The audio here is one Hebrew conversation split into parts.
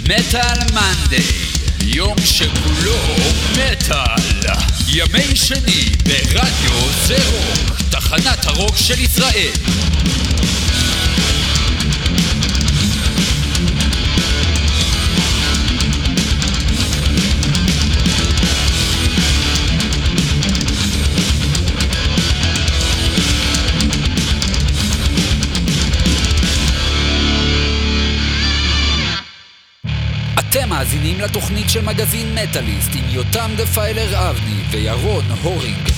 מטל מנדי, יום שכולו מטל. ימי שני ברדיו זה רוק, תחנת הרוק של ישראל. אתם מאזינים לתוכנית של מגזין מטאליסט עם יותם דפיילר אבני וירון הורינג.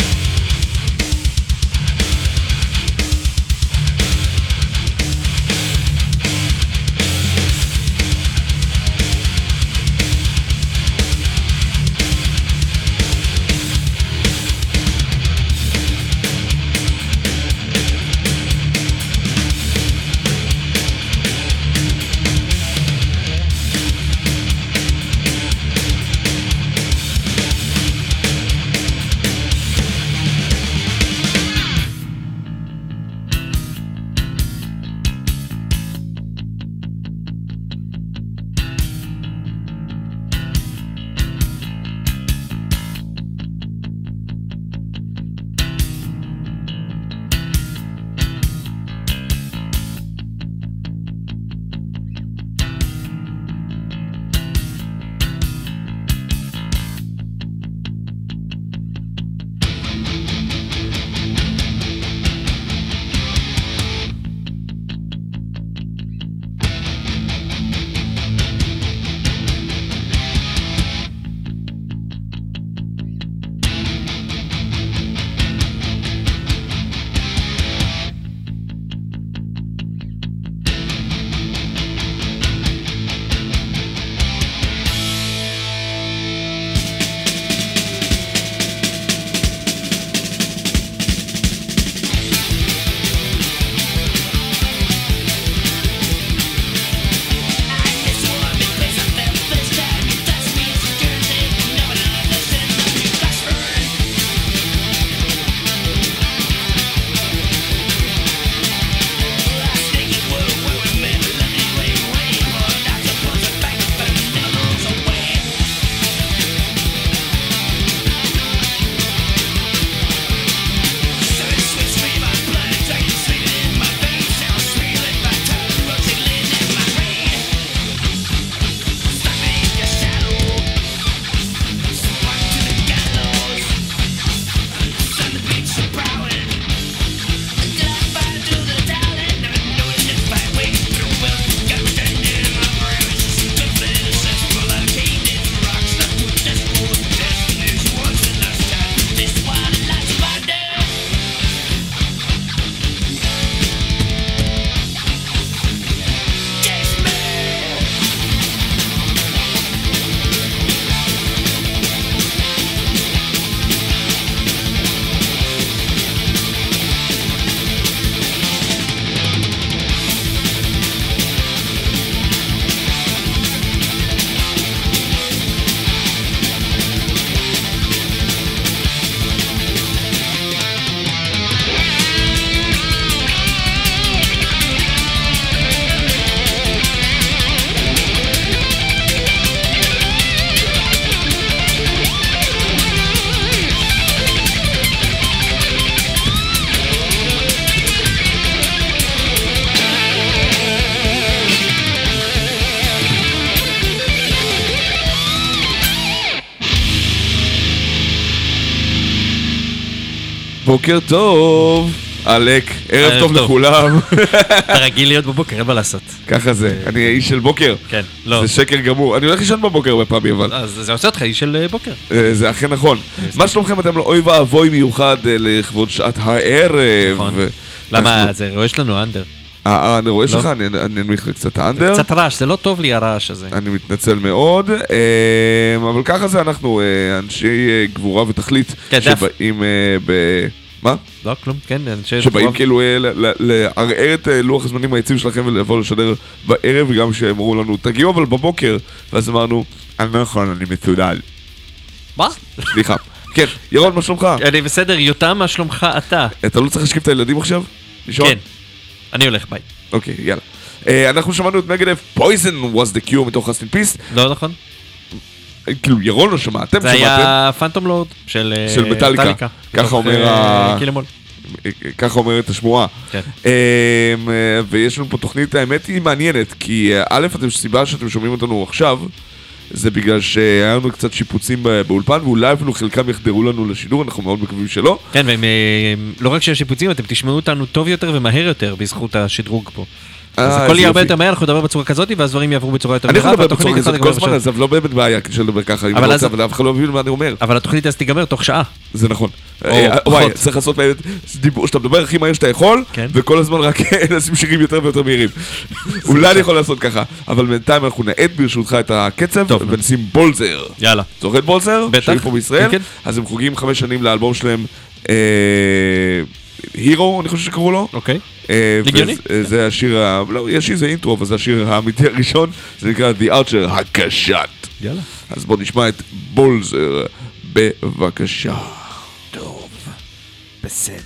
בוקר טוב, אלק, ערב טוב לכולם. אתה רגיל להיות בבוקר, אין מה לעשות. ככה זה, אני איש של בוקר. כן, לא. זה שקר גמור, אני הולך לישון בבוקר בפעמי אבל. אז זה עושה אותך איש של בוקר. זה אכן נכון. מה שלומכם אתם לאוי ואבוי מיוחד לכבוד שעת הערב. נכון. למה, זה רואה שלנו אנדר. אני רואה שלך, אני אנמיך קצת האנדר. קצת רעש, זה לא טוב לי הרעש הזה. אני מתנצל מאוד, אבל ככה זה אנחנו אנשי גבורה ותכלית שבאים מה? לא, כלום, כן. שבאים כאילו לערער את לוח הזמנים היציב שלכם ולבוא לשדר בערב, גם שהם אמרו לנו, תגיעו אבל בבוקר, ואז אמרנו, אני לא יכול, אני מצודל. מה? סליחה. כן, ירון, מה שלומך? אני בסדר, יותם, מה שלומך אתה? אתה לא צריך להשכיב את הילדים עכשיו? כן, אני הולך, ביי. אוקיי, יאללה. אנחנו שמענו את מגדף, Poison was the cure מתוך Rust in Peace. לא נכון? כאילו, ירון לא שמע, אתם זה שמעתם. היה פנטום לורד של מטאליקה. ככה אומר קיל-אמ-אול. ככה אומרת השמועה. כן. ויש לנו פה תוכנית, האמת היא מעניינת, כי א', סיבה שאתם שומעים אותנו עכשיו, זה בגלל שהיה לנו קצת שיפוצים באולפן, ואולי אפילו חלקם יחדרו לנו לשידור, אנחנו מאוד מקווים שלא. כן, ולא רק שיש שיפוצים, אתם תשמעו אותנו טוב יותר ומהר יותר בזכות השדרוג פה. אז הכל יהיה הרבה יותר מהר, אנחנו נדבר בצורה כזאת, ואז דברים יעברו בצורה יותר מהירה. אני יכול לדבר בצורה כזאת כל הזמן, אז לא באמת בעיה של לדבר ככה, אבל אף אחד לא מבין מה אני אומר. אבל התוכנית אז תיגמר תוך שעה. זה נכון. וואי, צריך לעשות באמת דיבור, שאתה מדבר הכי מהר שאתה יכול, וכל הזמן רק נשים שירים יותר ויותר מהירים. אולי אני יכול לעשות ככה, אבל בינתיים אנחנו נעד ברשותך את הקצב, ונשים בולזר. יאללה. זוכר את בולזר? בטח. שהיו פה בישראל, אז הם חוגגים 5 שנים לאלבום שלהם, הירו, אני חושב שקראו לו. אוקיי. הגיוני? זה השיר, לא, יש איזה אינטרו, אבל זה השיר האמיתי הראשון, זה נקרא The Archer, הקשת. יאללה. אז בואו נשמע את בולזר, בבקשה. טוב, בסדר.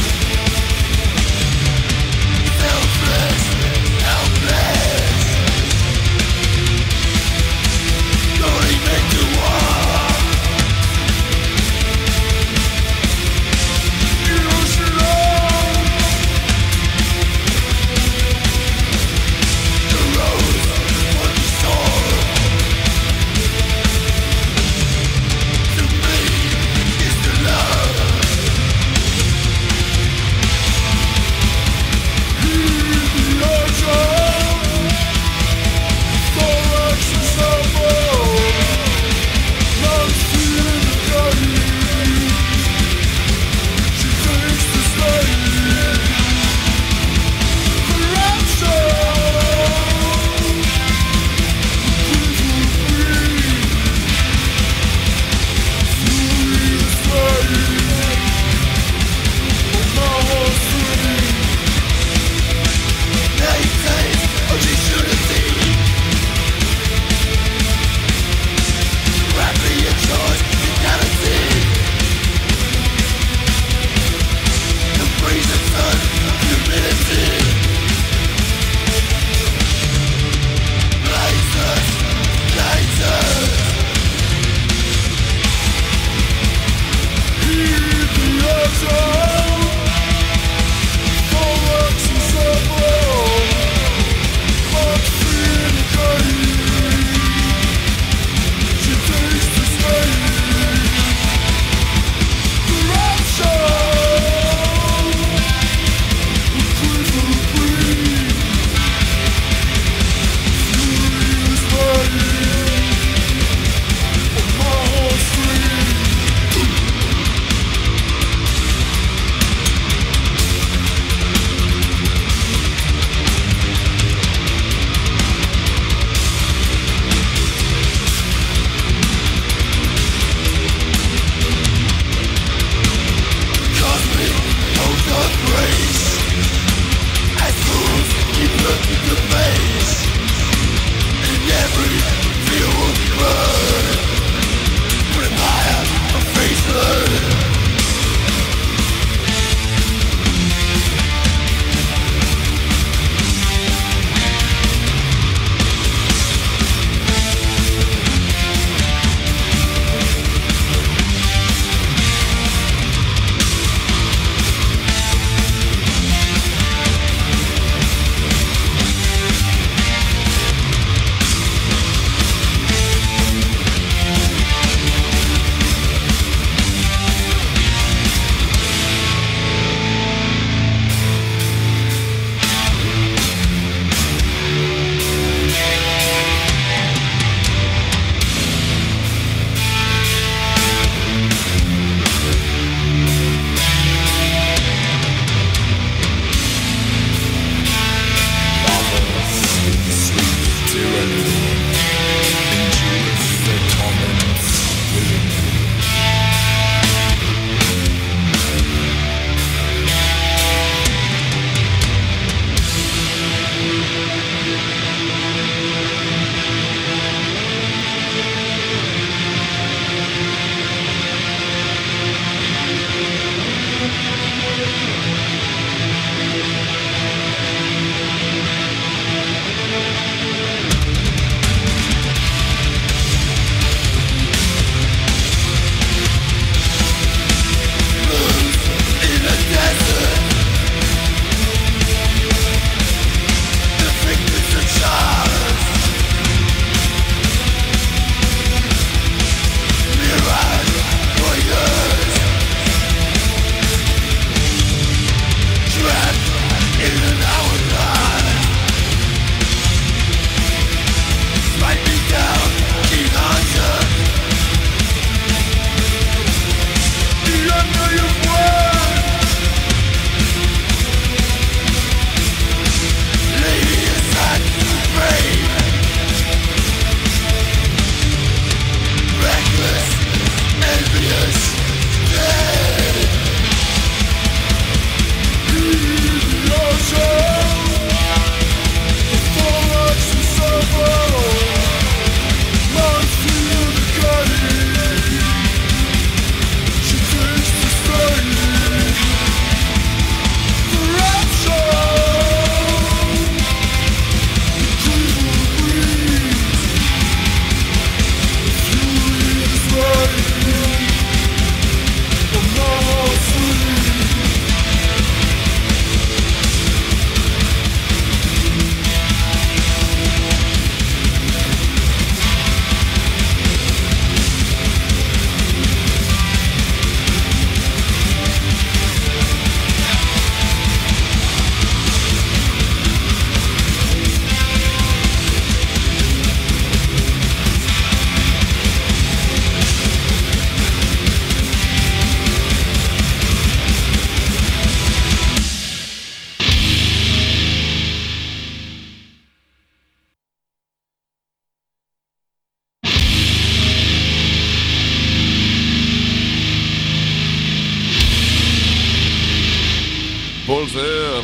Helpless בולזר.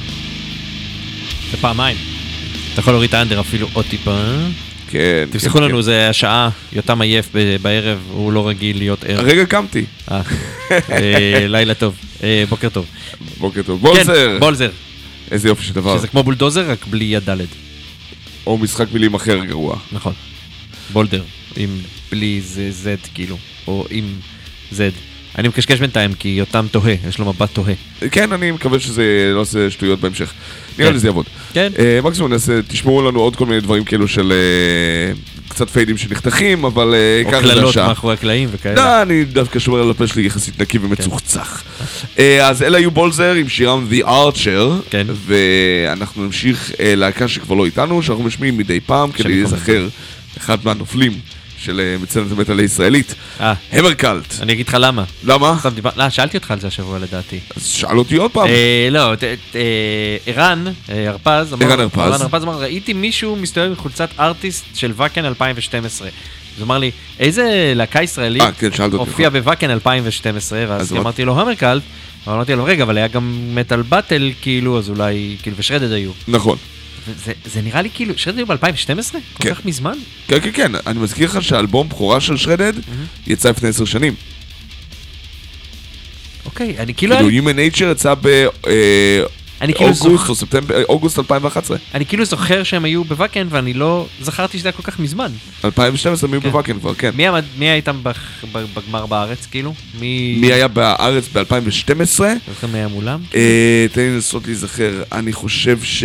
זה פעמיים. אתה יכול להוריד את האנדר אפילו עוד טיפה. כן. תפסחו לנו, זה השעה, יותם עייף בערב, הוא לא רגיל להיות ערב. הרגע קמתי. לילה טוב, בוקר טוב. בוקר טוב. בולזר. כן, בולזר. איזה יופי של דבר. שזה כמו בולדוזר, רק בלי יד ד'. או משחק מילים אחר גרוע. נכון. בולדר, עם בלי זה Z כאילו, או עם Z. אני מקשקש בינתיים כי יותם תוהה, יש לו מבט תוהה. כן, אני מקווה שזה לא עושה שטויות בהמשך. נראה לי זה יעבוד. כן. מקסימום תשמעו לנו עוד כל מיני דברים כאלו של קצת פיידים שנחתכים, אבל או כללות מאחורי הקלעים וכאלה. לא, אני דווקא שומר על הפה שלי יחסית נקי ומצוחצח. אז אלה היו בולזר עם שירם The Archer, ואנחנו נמשיך להקה שכבר לא איתנו, שאנחנו משמיעים מדי פעם כדי לזכר אחד מהנופלים של מציינת המטאל הישראלית, המרקלט. אני אגיד לך למה. למה? שאלתי אותך על זה השבוע לדעתי. אז שאל אותי עוד פעם. לא, ערן הרפז אמר, ראיתי מישהו מסתובב עם חולצת ארטיסט של וקן 2012. אז אמר לי, איזה להקה ישראלית הופיע בווקן 2012, ואז אמרתי לו המרקלט, ואמרתי לו רגע, אבל היה גם מטל באטל כאילו, אז אולי, כאילו, ושרדד היו. נכון. זה נראה לי כאילו, שרדד היו ב-2012? כל כך מזמן? כן, כן, כן. אני מזכיר לך שהאלבום בכורה של שרדד יצא לפני 10 שנים. אוקיי, אני כאילו... כאילו, Human Nature יצא באוגוסט או ספטמבר, אוגוסט 2011. אני כאילו זוכר שהם היו בווקן, ואני לא זכרתי שזה היה כל כך מזמן. 2012 הם היו בווקן כבר, כן. מי היה איתם בגמר בארץ, כאילו? מי היה בארץ ב-2012? זוכר מי היה מולם? תן לי לנסות להיזכר. אני חושב ש...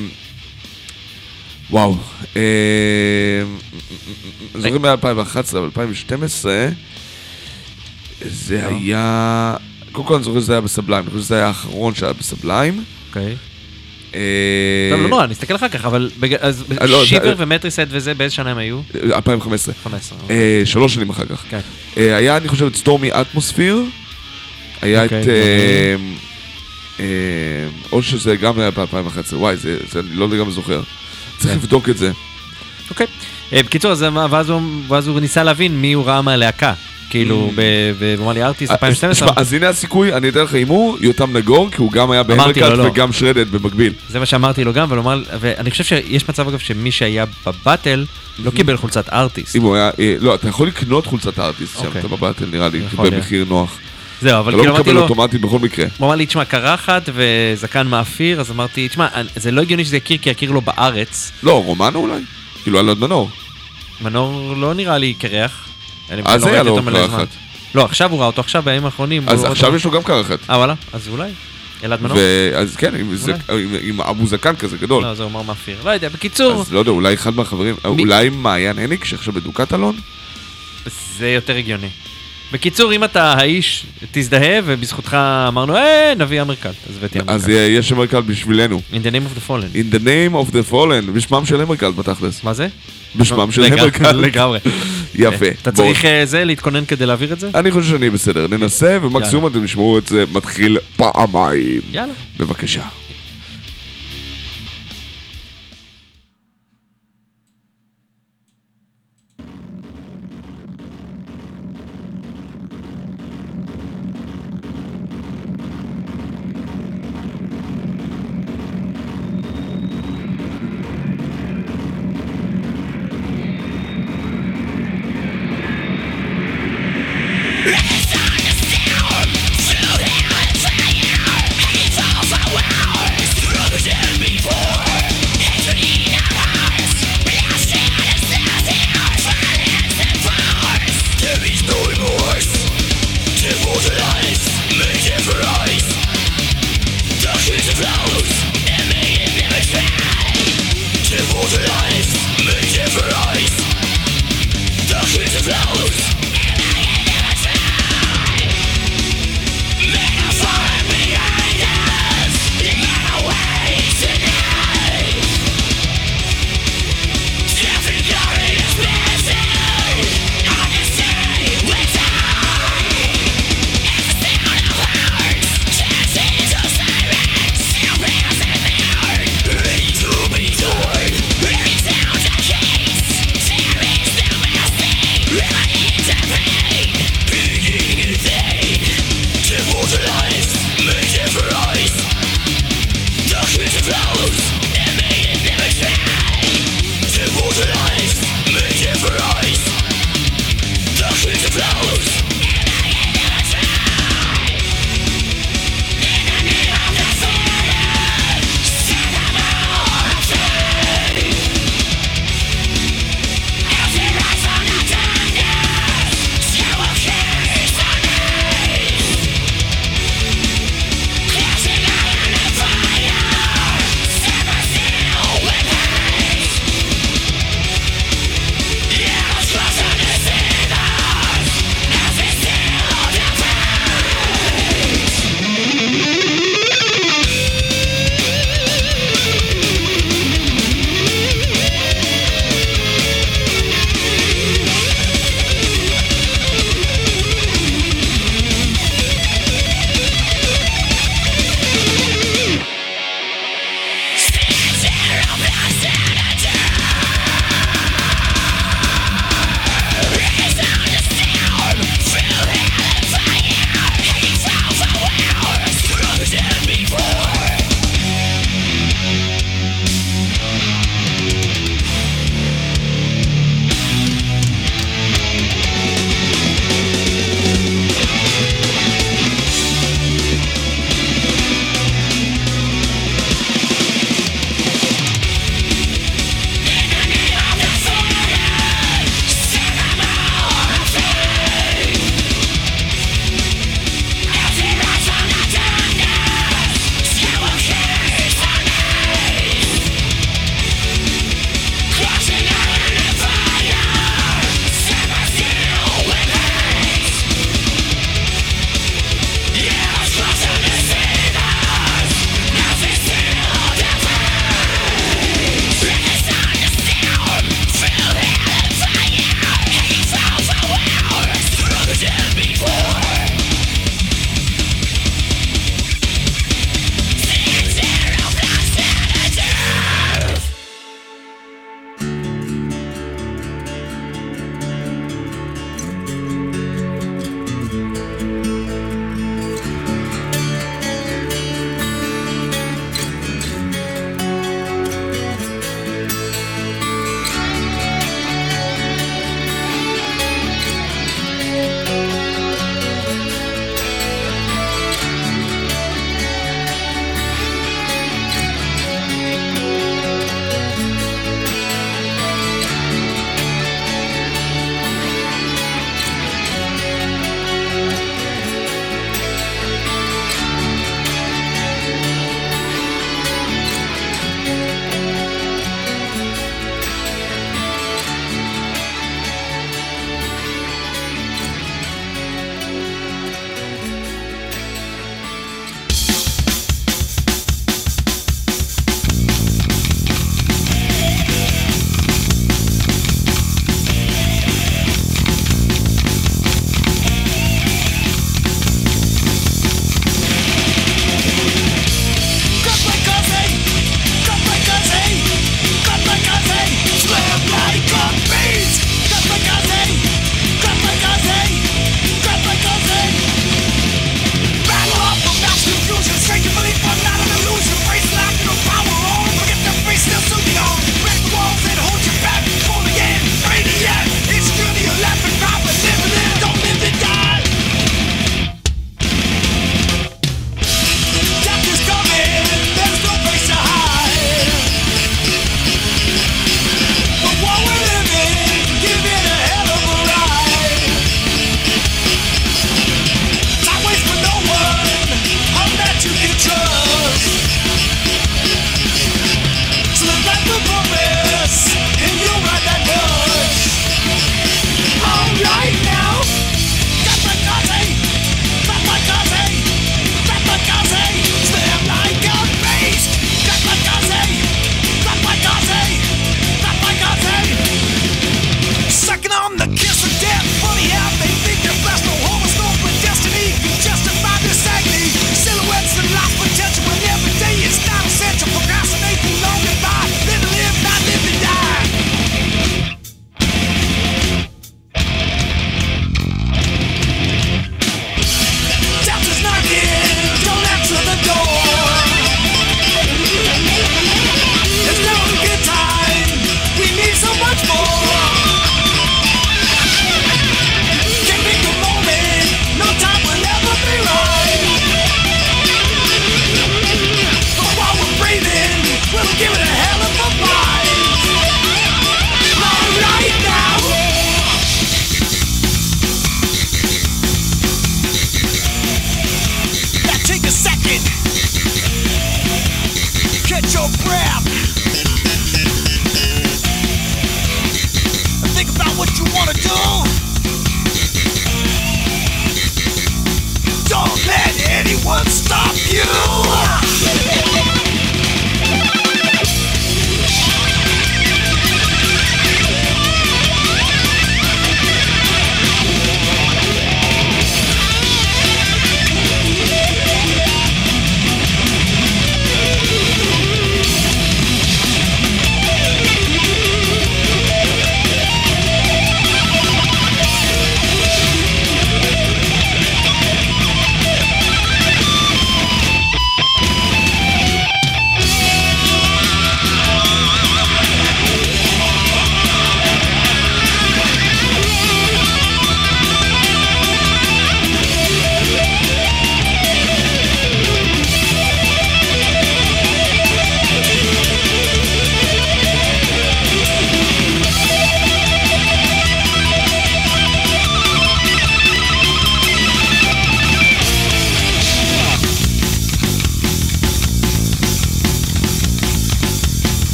וואו. זוכרים מ-2011, ב-2012 זה היה... קודם כל אני זוכר שזה היה בסבליים, אני חושב שזה היה האחרון שהיה בסבליים. אוקיי. לא נורא, נסתכל אחר כך, אבל שיבר ומטריסט וזה, באיזה שנה הם היו? 2015. 3 שנים אחר כך. היה, אני חושב, את סטורמי אטמוספיר, היה את... או שזה גם היה ב-2011, וואי, זה אני לא יודע גם זוכר. צריך לבדוק את זה. אוקיי. בקיצור, ואז הוא ניסה להבין מי הוא ראה מהלהקה. כאילו, ואומר לי ארטיסט 2012. אז הנה הסיכוי, אני אתן לך אימור, יותם נגור, כי הוא גם היה בהמרקלט וגם שרדד במקביל. זה מה שאמרתי לו גם, ואני חושב שיש מצב אגב שמי שהיה בבטל לא קיבל חולצת ארטיסט. לא, אתה יכול לקנות חולצת ארטיסט שם, אתה בבטל נראה לי, במחיר נוח. זהו, אבל כאילו אמרתי לו... אתה לא מקבל אוטומטית בכל מקרה. הוא אמר לי, תשמע, קרחת וזקן מאפיר, אז אמרתי, תשמע, זה לא הגיוני שזה יכיר, כי יכיר לו בארץ. לא, רומנו אולי? כאילו, על עוד מנור. מנור לא נראה לי קרח. אז היה לו קרחת. לא, עכשיו הוא ראה אותו, עכשיו בימים האחרונים. אז עכשיו יש לו גם קרחת. וואלה, אז אולי. אלעד מנור? אז כן, עם אבו זקן כזה גדול. לא, זה אומר מאפיר. לא יודע, בקיצור... אז לא יודע, אולי אחד מהחברים, אולי מעיין הניק שעכשיו בדוקת אלון? זה יותר הגיוני. בקיצור, אם אתה האיש, תזדהה, ובזכותך אמרנו, נביא המרקלט. אז יש המרקלט בשבילנו. In the name of the fallen. In the name of the fallen, בשמם של המרקלט בתכלס. מה זה? בשמם של המרקלט. לגמרי. יפה. אתה צריך זה להתכונן כדי להעביר את זה? אני חושב שאני בסדר. ננסה, ומקסימום אתם תשמעו את זה מתחיל פעמיים. יאללה. בבקשה. Listen to the sound, through the entire, he falls around.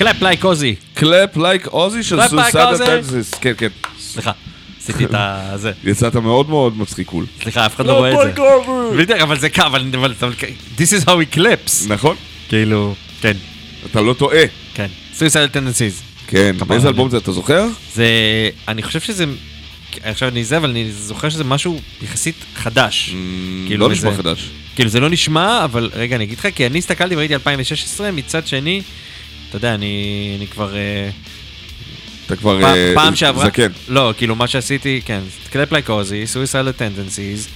קלאפ לייק אוזי. קלאפ לייק אוזי של סוסייד אטנדנסיז. כן, כן. סליחה, עשיתי את זה. יצאת מאוד מאוד מצחיק קול. סליחה, אף אחד לא רואה את זה. אבל זה קו, אבל this is how he claps. נכון. כאילו, כן. אתה לא טועה. כן. Suicidal Tendencies. כן. איזה אלבום זה, אתה זוכר? זה, אני חושב שזה, עכשיו אני זה, אבל אני זוכר שזה משהו יחסית חדש. לא נשמע חדש. כאילו זה לא נשמע, אבל רגע אני אגיד לך, כי אני הסתכלתי וראיתי 2016, מצד שני, אתה יודע, אני כבר... אתה כבר זקן. לא, כאילו מה שעשיתי, כן, קלאפ לייק אוזי, Suicidal Tendencies,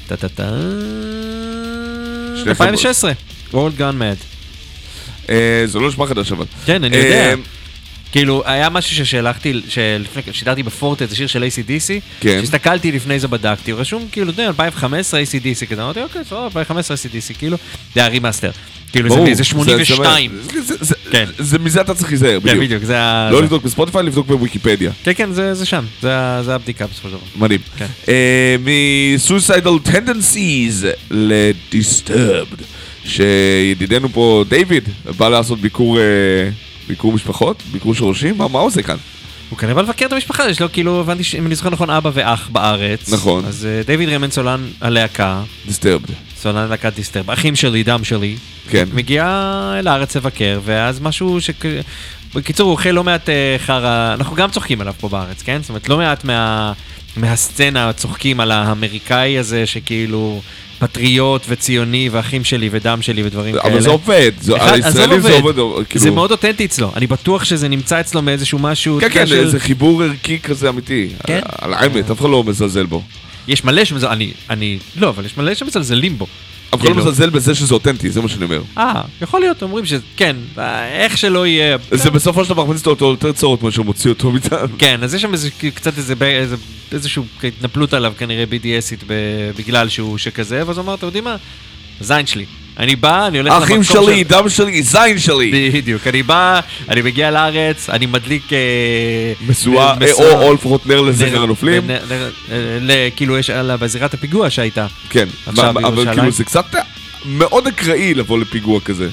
2016, World Gone Mad. זה לא נשמע חדש אבל. כן, אני יודע. כאילו, היה משהו ששלחתי, שידרתי בפורט איזה שיר של ACDC, שהסתכלתי לפני זה בדקתי, רשום כאילו, 2015 ACDC, כזה אמרתי, אוקיי, 2015 ACDC, כאילו, זה הרימאסטר. כאילו, זה 82. זה מזה אתה צריך להיזהר, בדיוק. כן, בדיוק, זה לא לבדוק בספוטיפיי, לבדוק בוויקיפדיה. כן, כן, זה שם, זה הבדיקה בסופו של דבר. מדהים. מ-Suicidal Tendencies ל-Disturbed, שידידנו פה, דיוויד, בא לעשות ביקור משפחות, ביקור שורשים, מה הוא עושה כאן? הוא כנראה בא לבקר את המשפחה, יש לו כאילו, הבנתי, אם אני זוכר נכון, אבא ואח בארץ. נכון. אז דיוויד ריימן סולן הלהקה. Disturbed. סולן הלהקה Disturbed. אחים שלי, דם שלי. כן. מגיע אל הארץ לבקר, ואז משהו בקיצור, הוא אוכל לא מעט חרא, אנחנו גם צוחקים עליו פה בארץ, כן? זאת אומרת, לא מעט מהסצנה צוחקים על האמריקאי הזה, שכאילו... פטריוט וציוני ואחים שלי ודם שלי ודברים כאלה. אבל זה עובד, הישראלים זה עובד. זה מאוד אותנטי אצלו, אני בטוח שזה נמצא אצלו מאיזשהו משהו... כן, כן, זה חיבור ערכי כזה אמיתי. על האמת, אף אחד לא מזלזל בו. יש מלא לא, אבל יש מלא שמזלזלים בו. אבל לא מזלזל בזה שזה אותנטי, זה מה שאני אומר. יכול להיות, אומרים שכן, איך שלא יהיה... זה בסופו של דבר מכניס אותו יותר צורות מה שהוא מוציא אותו מצד. כן, אז יש שם קצת איזשהו התנפלות עליו כנראה BDSית בגלל שהוא שכזה, ואז הוא אמר, אתה יודעים מה? זין שלי. אני בא, אני הולך... אחים שלי, דם שלי, זין שלי. בדיוק, אני בא, אני מגיע לארץ, אני מדליק... מסועה, או לפחות נר לזכר הנופלים. כאילו יש בזירת הפיגוע שהייתה. כן, אבל כאילו זה קצת מאוד אקראי לבוא לפיגוע כזה.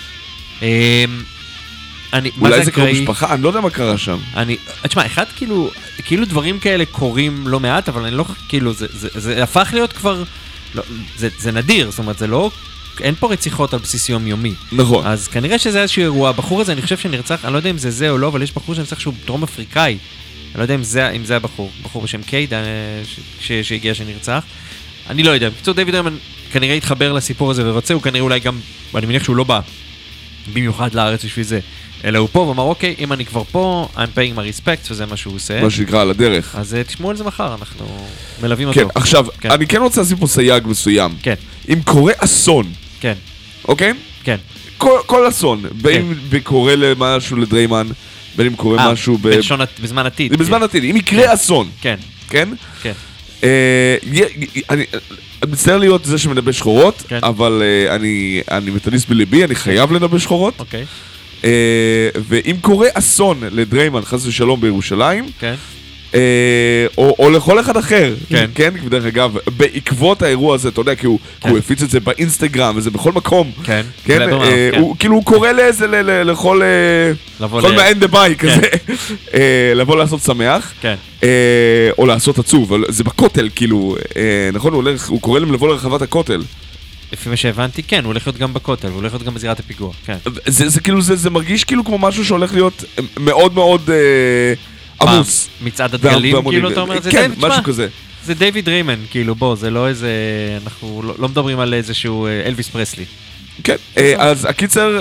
אולי זה כבר משפחה, אני לא יודע מה קרה שם. תשמע, אחד כאילו דברים כאלה קורים לא מעט, אבל אני לא, כאילו, זה הפך להיות כבר, זה נדיר, זאת אומרת, זה לא, אין פה רציחות על בסיס יומיומי. נכון. אז כנראה שזה איזשהו אירוע, הבחור הזה, אני חושב שנרצח, אני לא יודע אם זה זה או לא, אבל יש בחור שנרצח שהוא דרום אפריקאי. אני לא יודע אם זה הבחור, בחור בשם קייד, שהגיע שנרצח. אני לא יודע, בקיצור דיוויד ריימן כנראה התחבר לסיפור הזה ורוצה, הוא כנראה אולי גם, ואני מניח שהוא לא בא במיוחד לארץ בשביל זה, אלא הוא פה ואמר, אוקיי, אם אני כבר פה, I'm paying my respect, וזה מה שהוא עושה. מה שנקרא על הדרך. אז תשמעו על זה מחר, אנחנו מלווים אותו. כן, עכשיו, אני כן רוצה לשים פה סייג מסוים. כן. אם קורה אסון, כן. אוקיי? כן. כל אסון, בין אם קורה למשהו לדריימן, בין אם קורה משהו בזמן עתיד. בזמן עתיד, אם יקרה אסון. כן. כן? כן. אני מצטער להיות זה שמנבא שחורות, אבל אני מטניס בליבי, אני חייב לנבא שחורות. אוקיי. ואם קורה אסון לדריימן, חס ושלום בירושלים, כן. או לכל אחד אחר, כן. כן, דרך אגב, בעקבות האירוע הזה, אתה יודע, כי הוא הפיץ את זה באינסטגרם, וזה בכל מקום, כן, כאילו הוא קורא לכל מהאין דה ביי כזה, לבוא לעשות שמח, או לעשות עצוב, זה בכותל, כאילו, נכון, הוא קורא להם לבוא לרחבת הכותל. לפי מה שהבנתי, כן, הוא הולך להיות גם בכותל, הוא הולך להיות גם בזירת הפיגוע, כן. זה כאילו, זה מרגיש כאילו כמו משהו שהולך להיות מאוד מאוד עמוס. מצעד הדגלים, כאילו, אתה אומר, כן, משהו כזה. זה דיוויד ריימן, כאילו, בוא, זה לא איזה, אנחנו לא מדברים על איזשהו אלוויס פרסלי. כן, אז הקיצר,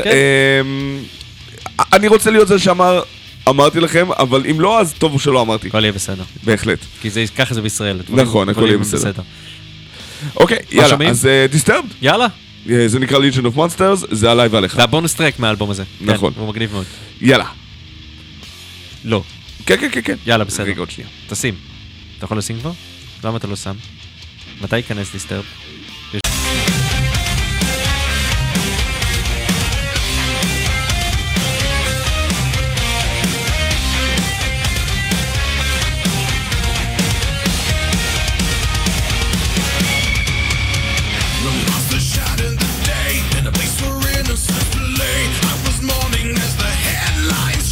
אני רוצה להיות זה אמרתי לכם, אבל אם לא, אז טוב שלא אמרתי. הכל יהיה בסדר. בהחלט. כי ככה זה בישראל. נכון, הכל יהיה בסדר. אוקיי, יאללה, אז Disturbed. יאללה. זה נקרא Legion of Monsters, זה עליי ועליך. זה הבונוס טרק מהאלבום הזה. נכון. הוא מגניב מאוד. יאללה. לא. כן, כן, כן. יאללה, בסדר. רגע עוד שנייה. תשים. אתה יכול לשים כבר? למה אתה לא שם? מתי ייכנס Disturbed? In a place where innocence lay, I was mourning as the headlines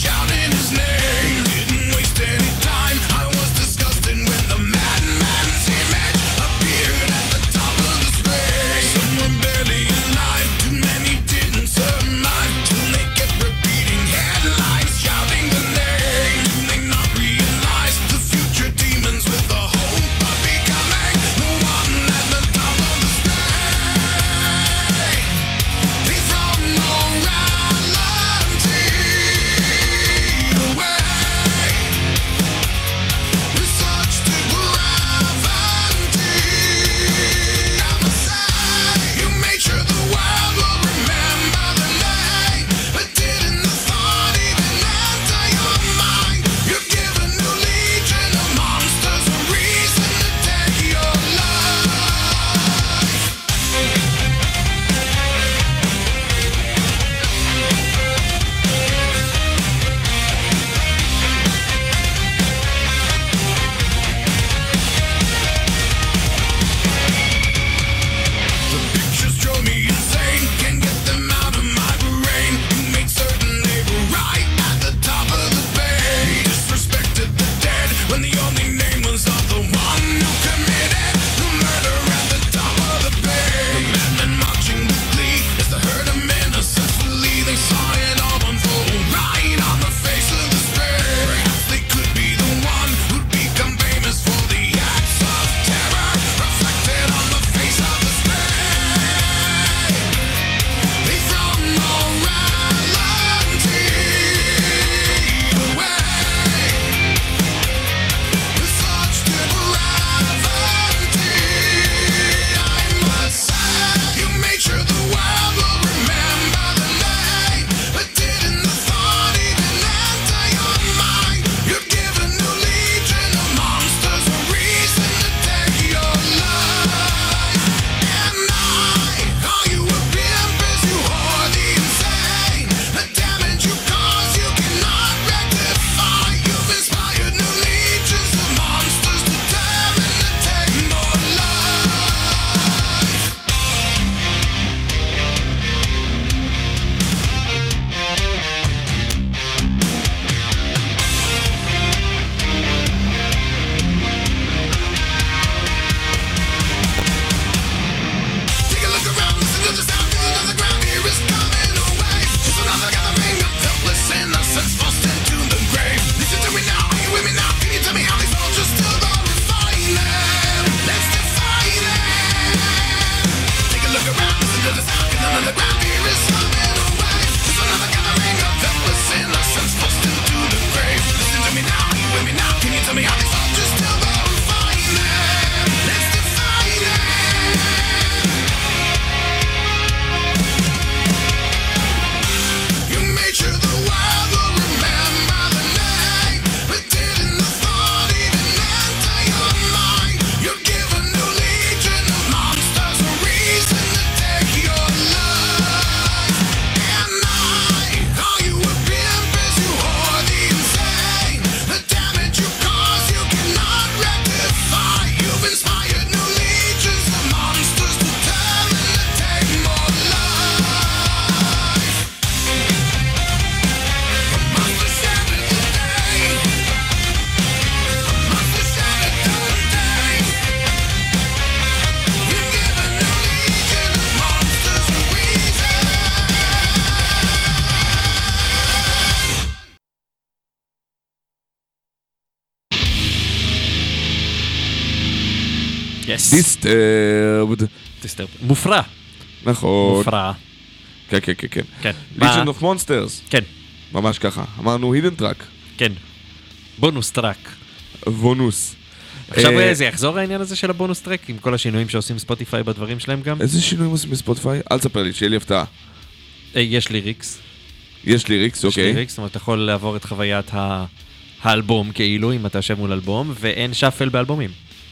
דיסטרבד. מופרע. נכון. מופרע. כן, כן, כן, כן. Legion of Monsters. כן. ממש ככה. אמרנו Hidden Track. כן. בונוס טראק. בונוס. עכשיו זה יחזור העניין הזה של הבונוס טראק, עם כל השינויים שעושים ספוטיפיי בדברים שלהם גם? איזה שינויים עושים בספוטיפיי? אל תספר לי, שיהיה לי הפתעה. יש ליריקס. יש ליריקס, אוקיי. יש ליריקס, זאת אומרת, אתה יכול לעבור את חוויית האלבום כאילו, אם אתה יושב מול אלבום, ואין שפל באלבומים.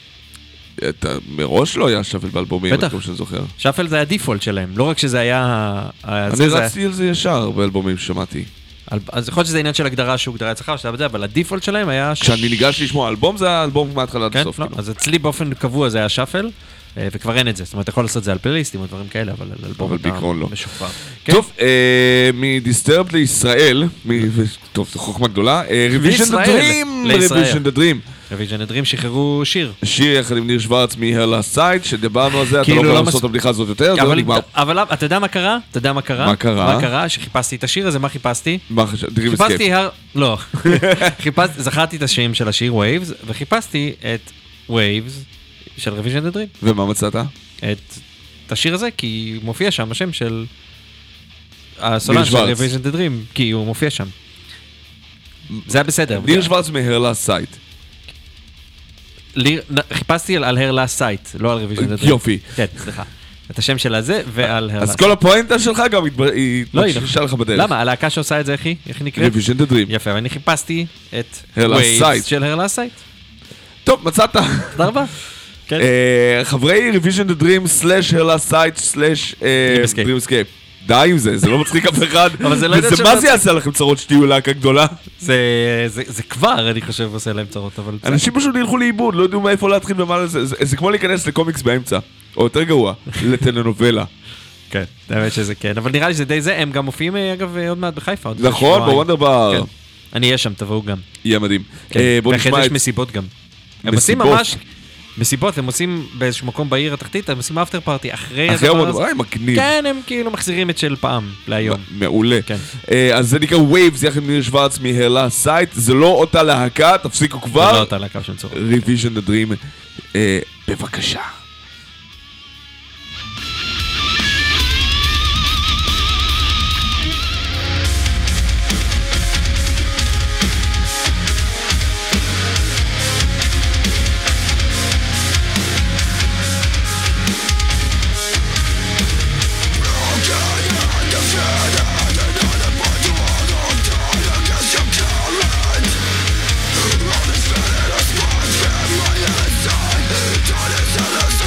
מראש לא היה שפל באלבומים, בטח. כמו שאני זוכר. שפל זה הדיפולט שלהם, לא רק שזה היה... אני רצתי על זה ישר באלבומים ששמעתי. אז יכול להיות שזה עניין של הגדרה שהוא גדרה אצלך, אבל הדיפולט שלהם היה... כשאני ניגש לשמוע אלבום, זה היה אלבום מההתחלה עד הסוף. כן, לא, אז אצלי באופן קבוע זה היה שפל, וכבר אין את זה. זאת אומרת, אתה יכול לעשות את זה על פלייליסטים או דברים כאלה, אבל על אלבום אתה משופר. טוב, מדיסטרבד לישראל, טוב, זו חוכמה גדולה, Revision the Dream, Revision the Dream. Revision the Dream שחררו שיר. שיר יחד עם ניר שוורץ מ-Her Last Sight, שדיברנו על זה, אתה לא יכול לעשות את הבדיחה הזאת יותר, זה לא נגמר. אבל אתה יודע מה קרה? אתה יודע מה קרה? מה קרה? מה קרה? שחיפשתי את השיר הזה, מה חיפשתי? Dream Escape. לא. זכרתי את השם של השיר Waves, וחיפשתי את Waves של Revision the Dream. ומה מצאת? את השיר הזה, כי מופיע שם השם של הסולן של Revision the Dream, כי הוא מופיע שם. זה היה בסדר. ניר שוורץ מ-Her Last Sight. חיפשתי על Her Last Sight, לא על Revision the Dream. יופי. כן, סליחה. את השם של הזה ועל Her Last Sight. אז כל הפואנטה שלך גם היא מתשישה לך בדרך. למה? הלהקה שעושה את זה, איך היא נקראת? Revision the Dream. יפה, ואני חיפשתי את Her Last Sight של Her Last Sight. טוב, מצאת. תודה רבה. חברי Revision the Dream / Her Last Sight / Dream Escape. די עם זה, זה לא מצחיק אף אחד. וזה מה זה יעשה לכם צרות שתהיו להקה גדולה? זה כבר, אני חושב, עושה להם צרות, אבל... אנשים פשוט ילכו לאיבוד, לא יודעים מאיפה להתחיל ומה לזה. זה כמו להיכנס לקומיקס באמצע, או יותר גרוע, לטלנובלה. כן, האמת שזה כן, אבל נראה לי שזה די זה, הם גם מופיעים, אגב, עוד מעט בחיפה. נכון, בוונדרבר. אני אהיה שם, תבואו גם. יהיה מדהים. ואחרי יש מסיבות גם. הם עושים ממש... מסיבות, הם עושים באיזשהו מקום בעיר התחתית, הם עושים אפטר פארטי אחרי הדבר הזה. מגניב. כן, הם כאילו מחזירים את של פעם להיום. מעולה. אז זה נקרא Waves, יחד ניר שוורץ מ-Her Last Sight, זה לא אותה להקה, תפסיקו כבר. זה לא אותה להקה של צורך. Revision the Dream, בבקשה. Don't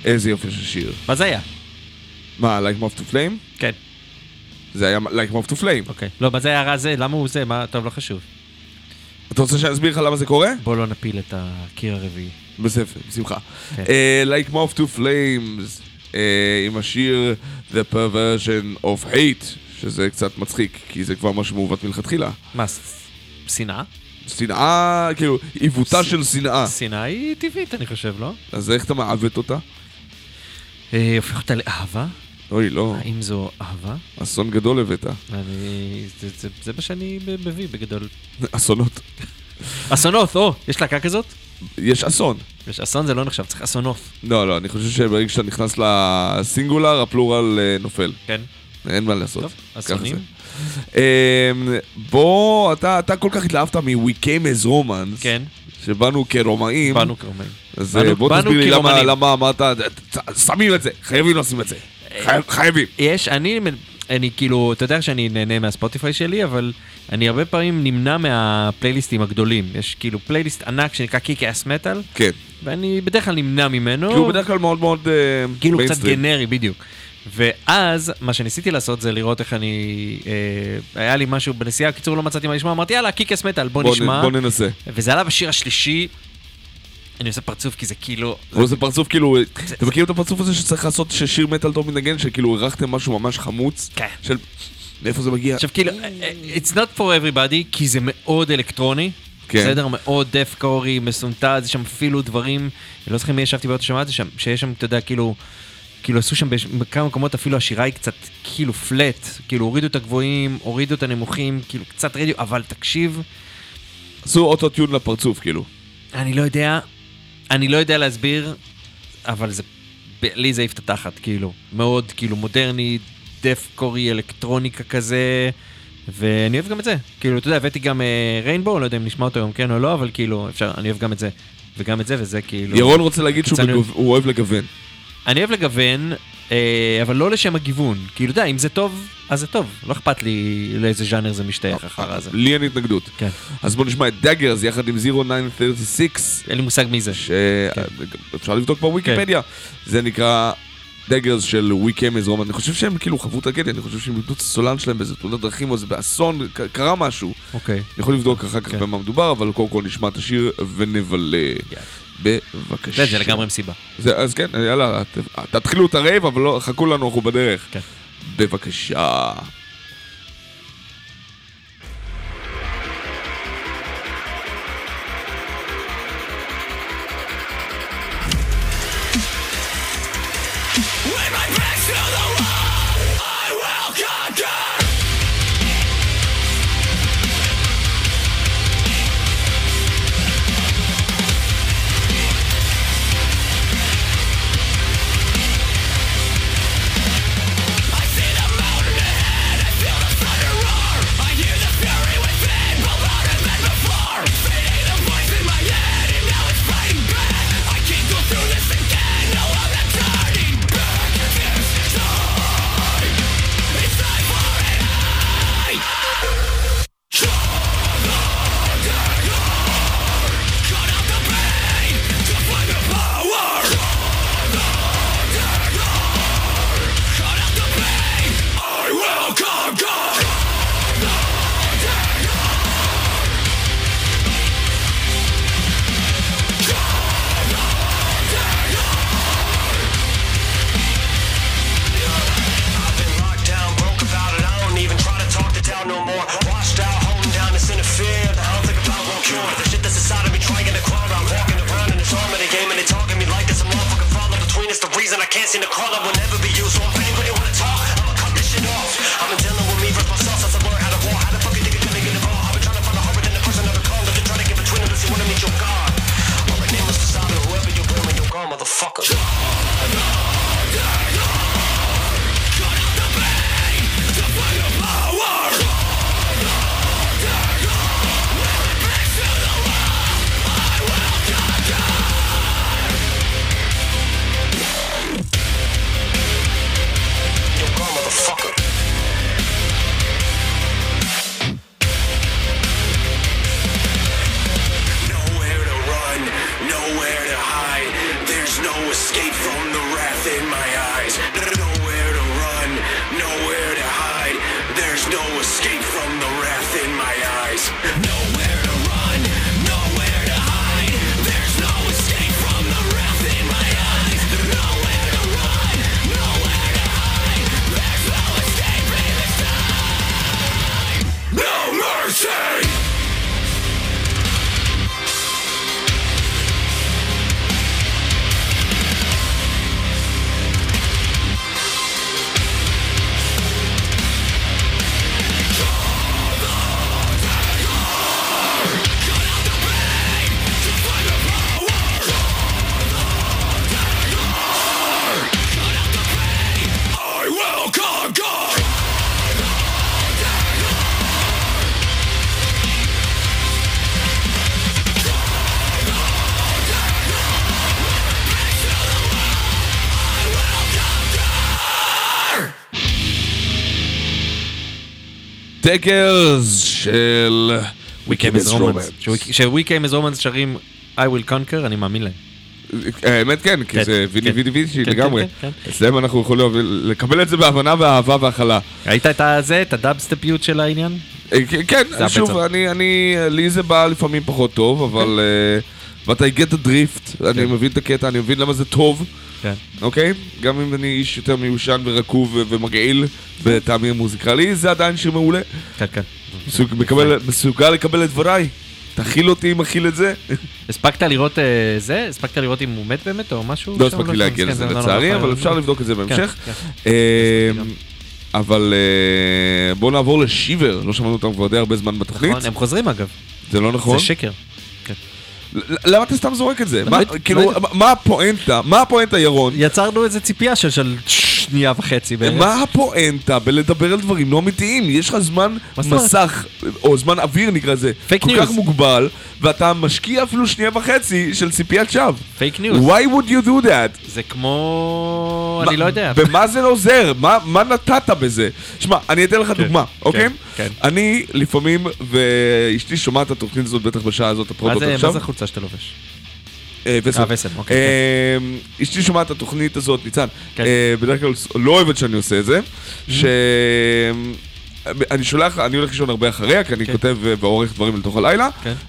איזה יופי של שיר. מה זה היה? מה, Like Moth to Flame? כן. זה היה Like Moth to Flame. אוקיי. לא, מה זה היה רע זה? למה הוא זה? מה? טוב, לא חשוב. אתה רוצה שאני אסביר לך למה זה קורה? בוא לא נפיל את הקיר הרביעי. בספר, בשמחה. Like Moth to Flames, עם השיר The Perversion of Hate, שזה קצת מצחיק, כי זה כבר משהו מעוות מלכתחילה. מה, שנאה? שנאה, כאילו, עיוותה של שנאה. שנאה היא טבעית, אני חושב, לא? אז איך אתה מעוות אותה? הופך אותה לאהבה? אוי, לא. האם זו אהבה? אסון גדול הבאת. זה מה שאני מביא בגדול. אסונות. אסונות, יש להקה כזאת? יש אסון. יש אסון, זה לא נחשב, צריך אסונות. לא, אני חושב שברגע שאתה נכנס לסינגולר, הפלורל נופל. כן. אין מה לעשות. טוב, אסונים. בוא, אתה כל כך התלהבת מ-We Came as Romans. כן. שבאנו כרומאים. באנו כרומאים. אז בוא תסביר לי למה אמרת, שמים את זה, חייבים לשים את זה. חייבים. אני כאילו, אתה יודע שאני נהנה מהספוטיפיי שלי, אבל אני הרבה פעמים נמנע מהפלייליסטים הגדולים. יש כאילו פלייליסט ענק שנקרא Kick-Ass Metal. כן. ואני בדרך כלל נמנע ממנו. כי הוא בדרך כלל מאוד מאוד כאילו קצת גנרי, בדיוק. ואז, מה שניסיתי לעשות זה לראות איך היה לי משהו בנסיעה, קיצור לא מצאתי מה לשמוע, אמרתי יאללה, Kick-Ass Metal, בוא נשמע. בוא ננסה. וזה עלה בשיר השלישי, אני עושה פרצוף כי זה כאילו... הוא עושה פרצוף כאילו... אתה מכיר את הפרצוף הזה שצריך לעשות ששיר מטל טוב מנגן, שכאילו ערכתם משהו ממש חמוץ? כן. של... מאיפה זה מגיע? עכשיו כאילו, it's not for everybody, כי זה מאוד אלקטרוני. בסדר, מאוד דף-קורי, מסונטז, יש שם אפילו דברים, אני לא זוכר מי ישבתי באותו שמעתי שם, שיש שם, אתה יודע, כאילו עשו שם בכמה מקומות, אפילו השירה היא קצת כאילו פלט, כאילו הורידו את הגבוהים, הורידו את הנמוכים, כאילו קצת רדיו, אבל תקשיב. עשו אוטו-טיון לפרצוף, כאילו. אני לא יודע להסביר, אבל זה, לי זה יפתחת, כאילו, מאוד כאילו מודרני, דף-קורי, אלקטרוניקה כזה, ואני אוהב גם את זה. כאילו, אתה יודע, הבאתי גם ריינבו, לא יודע אם נשמע אותו היום כן או לא, אבל כאילו, אפשר, אני אוהב גם את זה, וגם את זה, וזה כאילו... ירון רוצה להגיד שהוא אוהב לגוון. אני אוהב לגוון, אבל לא לשם הגיוון. כאילו, יודע, אם זה טוב, אז זה טוב. לא אכפת לי לאיזה ז'אנר זה משתייך אחר הזה. לי אין התנגדות. כן. אז בואו נשמע את דאגרס יחד עם 0936. אין לי מושג מי זה. אפשר לבדוק בוויקיפדיה. זה נקרא דאגרס של We Came as Romans. אני חושב שהם כאילו חוו טרגדיה, אני חושב שהם איבדו את הסולן שלהם באיזה תאונת דרכים או איזה באסון, קרה משהו. אוקיי. אני יכול לבדוק אחר כך במה מדובר, אבל קודם כל נשמע את השיר ונבלה. בבקשה. זה לגמרי מסיבה. אז כן, יאללה, תתחילו את הרייב, אבל לא, חכו לנו, אנחנו בדרך. כן. בבקשה. There's There's no escape from the wrath in my eyes. Nowhere to run, nowhere to hide. There's no escape from the wrath in my eyes. Nowhere to run, nowhere to hide. There's no escape from the wrath in my eyes. Nowhere to run, nowhere to hide. There's no escape in this time. No mercy! דגרס של We Came as Romans. ש-We Came as Romans שרים I Will Conquer, אני מאמין להם. האמת כן, כי זה וידי לגמרי. אצלם אנחנו יכולים לקבל את זה בהבנה והאהבה והחלה. ראית את הדאבסטפיות של העניין? כן, שוב, לי זה בא לפעמים פחות טוב, אבל ואתה get the drift, אני מבין את הקטע, אני מבין למה זה טוב. אוקיי? גם אם אני איש יותר מיושן ורקוב ומגעיל בטעמי מוזיקלי, זה עדיין שיר מעולה. כן, כן. מסוגל לקבל את דבריי. תכיל אותי, מכיל את זה. הספקת לראות זה? הספקת לראות אם הוא מת באמת או משהו? לא הספקתי להגיע לזה לצערי, אבל אפשר לבדוק את זה בהמשך. אבל בואו נעבור לשיבר, לא שמענו אותם כבר די הרבה זמן בתוכנית. נכון, הם חוזרים אגב. זה לא נכון? זה שקר. למה אתה סתם זורק את זה? מה הפואנטה? מה הפואנטה, ירון? יצרנו איזה ציפייה של שנייה וחצי בערך. מה הפואנטה בלדבר על דברים לא אמיתיים? יש לך זמן מסך, או זמן אוויר נקרא זה, כל כך מוגבל, ואתה משקיע אפילו שנייה וחצי של ציפיית שווא. פייק ניוז. Why would you do that? זה כמו... אני לא יודע. במה זה לא עוזר? מה נתת בזה? שמע, אני אתן לך דוגמה, אוקיי? אני לפעמים, ואשתי שומעת את התוכנית הזאת בטח בשעה הזאת, הפרודות עכשיו. מה זה חולצה שאתה לובש? וסם, אוקיי. אשתי שומעת את התוכנית הזאת, ניצן, בדרך כלל לא אוהבת שאני עושה את זה, אני שולח, אני הולך לישון הרבה אחריה, כי אני כותב ועורך דברים לתוך הלילה,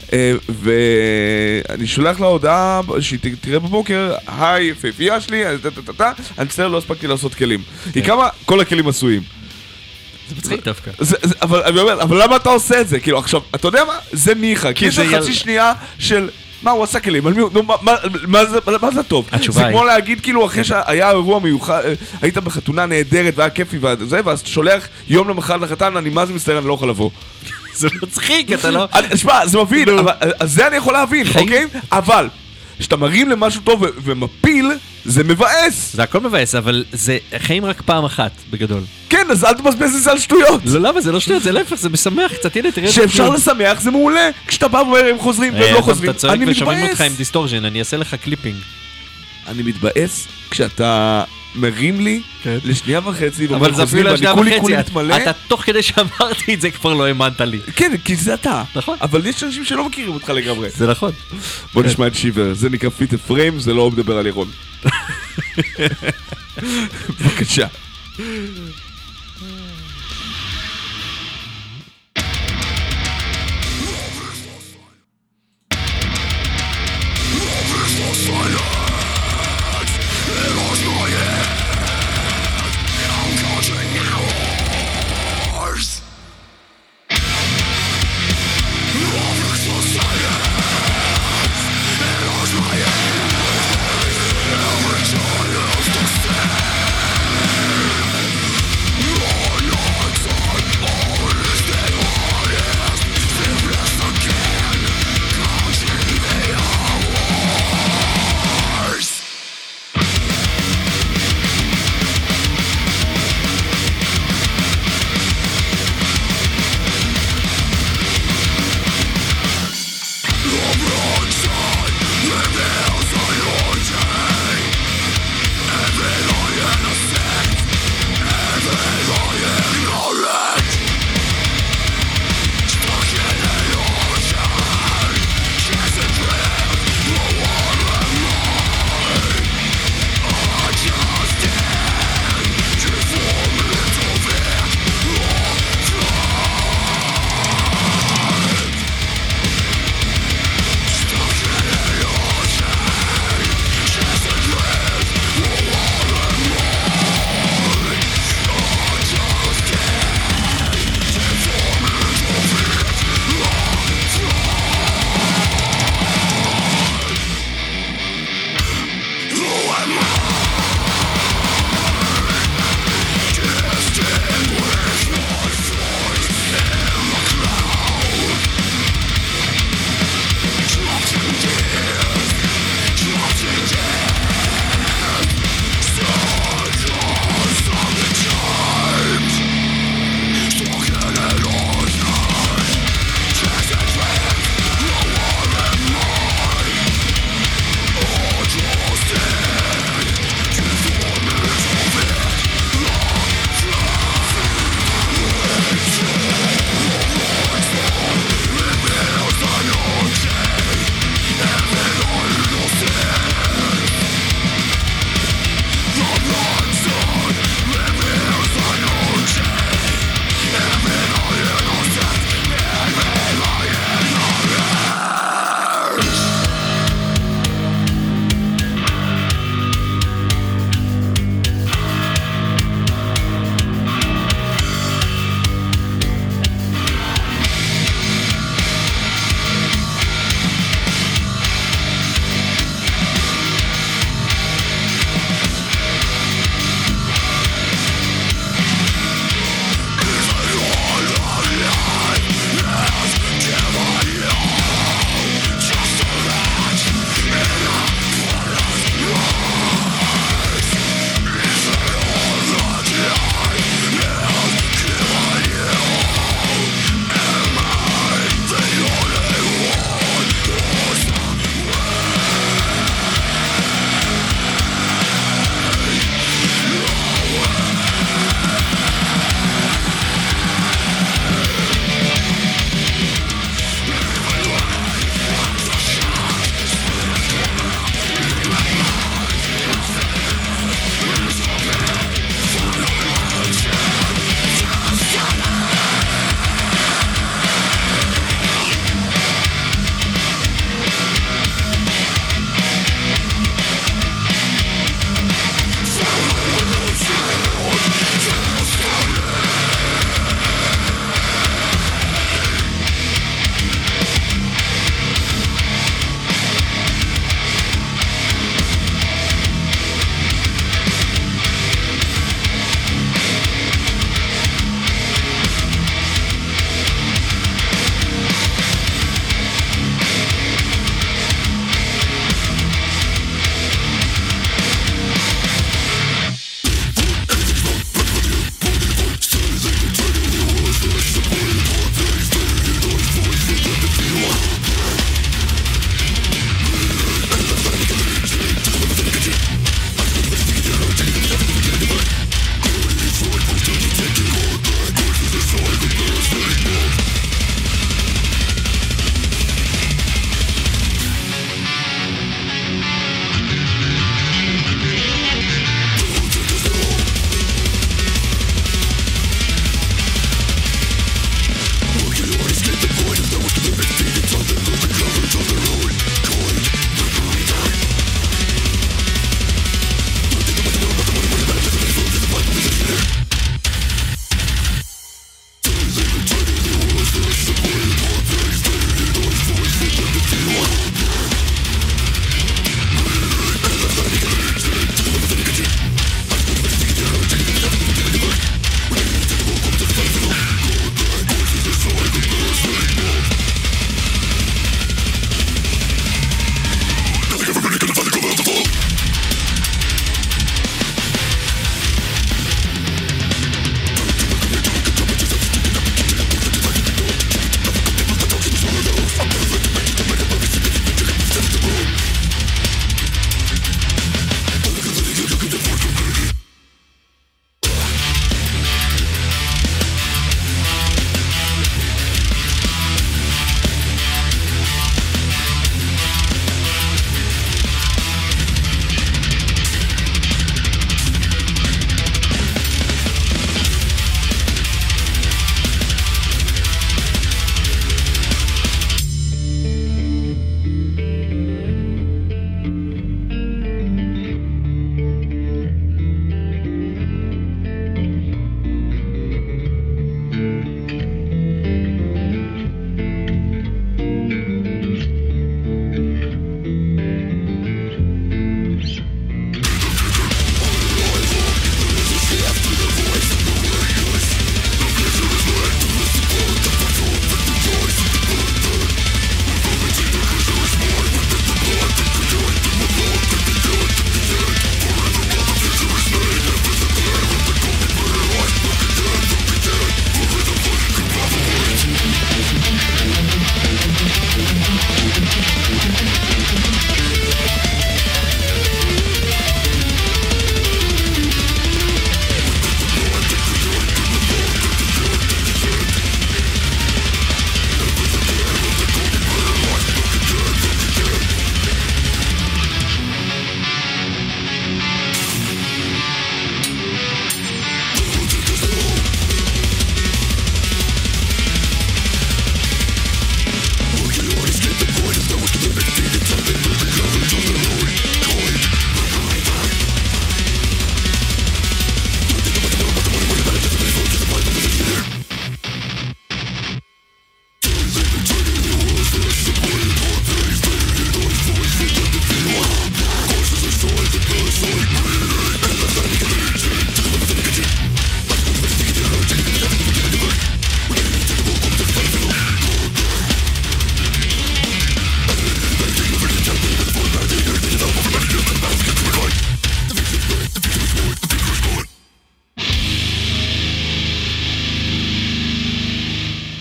ואני שולח לה הודעה שהיא תראה בבוקר, היי, יפהפייה שלי, אני מצטער, לא הספקתי לעשות כלים. היא כמה כל הכלים עשויים. זה מצחיק דווקא. אבל למה אתה עושה את זה? כאילו, עכשיו, אתה יודע מה? זה ניחה, כי יש לך חצי שנייה של... מה הוא עשה כלים? מה זה טוב? זה כמו להגיד כאילו אחרי שהיה אירוע מיוחד, היית בחתונה נהדרת והיה כיפי וזה, ואז שולח יום למחרת לחתן, אני מה זה מסתכל, אני לא יכול לבוא. זה מצחיק, אתה לא... שמע, זה מבין, אז זה אני יכול להבין, אוקיי? אבל, כשאתה מרים למשהו טוב ומפיל, זה מבאס. זה הכל מבאס, אבל זה חיים רק פעם אחת, בגדול. כן, אז אל תבזבז את זה על שטויות. לא, למה? זה לא שטויות, זה להפך, זה משמח קצת, הנה, תראה... שאפשר לשמח, זה מעולה. כשאתה בא ואומר, הם חוזרים והם לא חוזרים, אתה צועק ושומעים אותך עם דיסטורשן, אני אעשה לך קליפינג. אני מתבאס כשאתה מרים לי לשנייה וחצי, אבל זה אפילו לשנייה וחצי, אתה תוך כדי שאמרתי את זה כבר לא האמנת לי. כן, כי זה אתה. נכון. אבל יש אנשים שלא מכירים אותך לגמרי. זה נכון. בוא נשמע את שיבר, זה נקרא פיט אפריים, זה לא מדבר על ירון. בבקשה.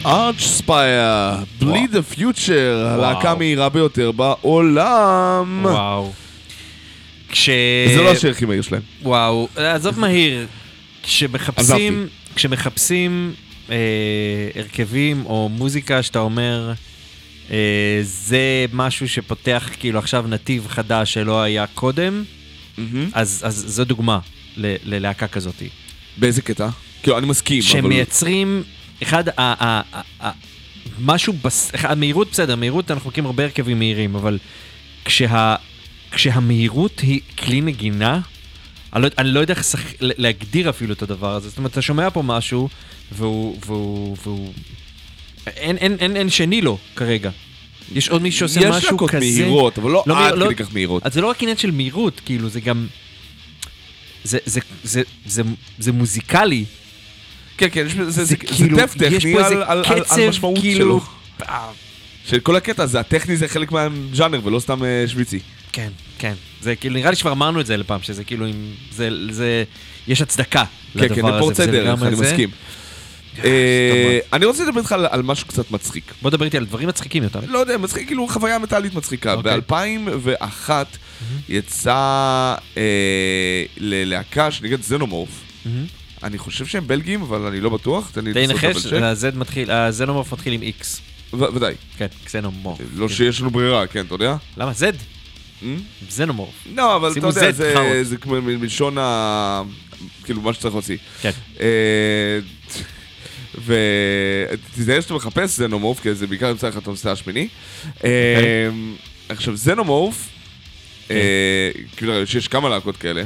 ארצ'ספייר, בליד דה פיוטר, הלהקה המהירה ביותר בעולם. וואו. זה לא השיר הכי מהיר שלהם. וואו, עזוב מהיר. כשמחפשים הרכבים או מוזיקה שאתה אומר, זה משהו שפותח כאילו עכשיו נתיב חדש שלא היה קודם, אז זו דוגמה ללהקה כזאת. באיזה קטע? כאילו, אני מסכים. שמייצרים, משהו, המהירות בסדר, מהירות אנחנו מכירים הרבה הרכבים מהירים, אבל כשהמהירות היא כלי נגינה, אני לא יודע איך להגדיר אפילו את הדבר הזה. זאת אומרת, אתה שומע פה משהו, והוא אין שני לו כרגע. יש עוד מישהו שעושה משהו כזה. יש להקות מהירות, אבל לא עד כדי כך מהירות. אז זה לא רק עניין של מהירות, כאילו, זה גם... זה מוזיקלי. כן, כן, זה טף טכני על משמעות שלו. של כל הקטע הזה, הטכני זה חלק מהז'אנר ולא סתם שוויצי. כן, כן. זה כאילו, נראה לי שכבר אמרנו את זה לפעם, שזה כאילו, יש הצדקה לדבר הזה. כן, כן, בפורצי דרך, אני מסכים. אני רוצה לדבר איתך על משהו קצת מצחיק. בוא דבר איתי על דברים מצחיקים יותר. לא יודע, מצחיק, כאילו חוויה מטאלית מצחיקה. ב-2001 יצא ללהקה שנקראת זנומורף. אני חושב שהם בלגים, אבל אני לא בטוח. די נחש, הזנומורף מתחיל עם X. ודאי. כן, זנומורף. לא שיש לנו ברירה, כן, אתה יודע? למה? Z? זנומורף. לא, אבל אתה יודע, זה כמו מלשון כאילו מה שצריך להוציא. כן. ותזהר שאתה מחפש זנומורף, כי זה בעיקר נמצא לך את הנושא השמיני. עכשיו, זנומורף, כאילו שיש כמה להקות כאלה,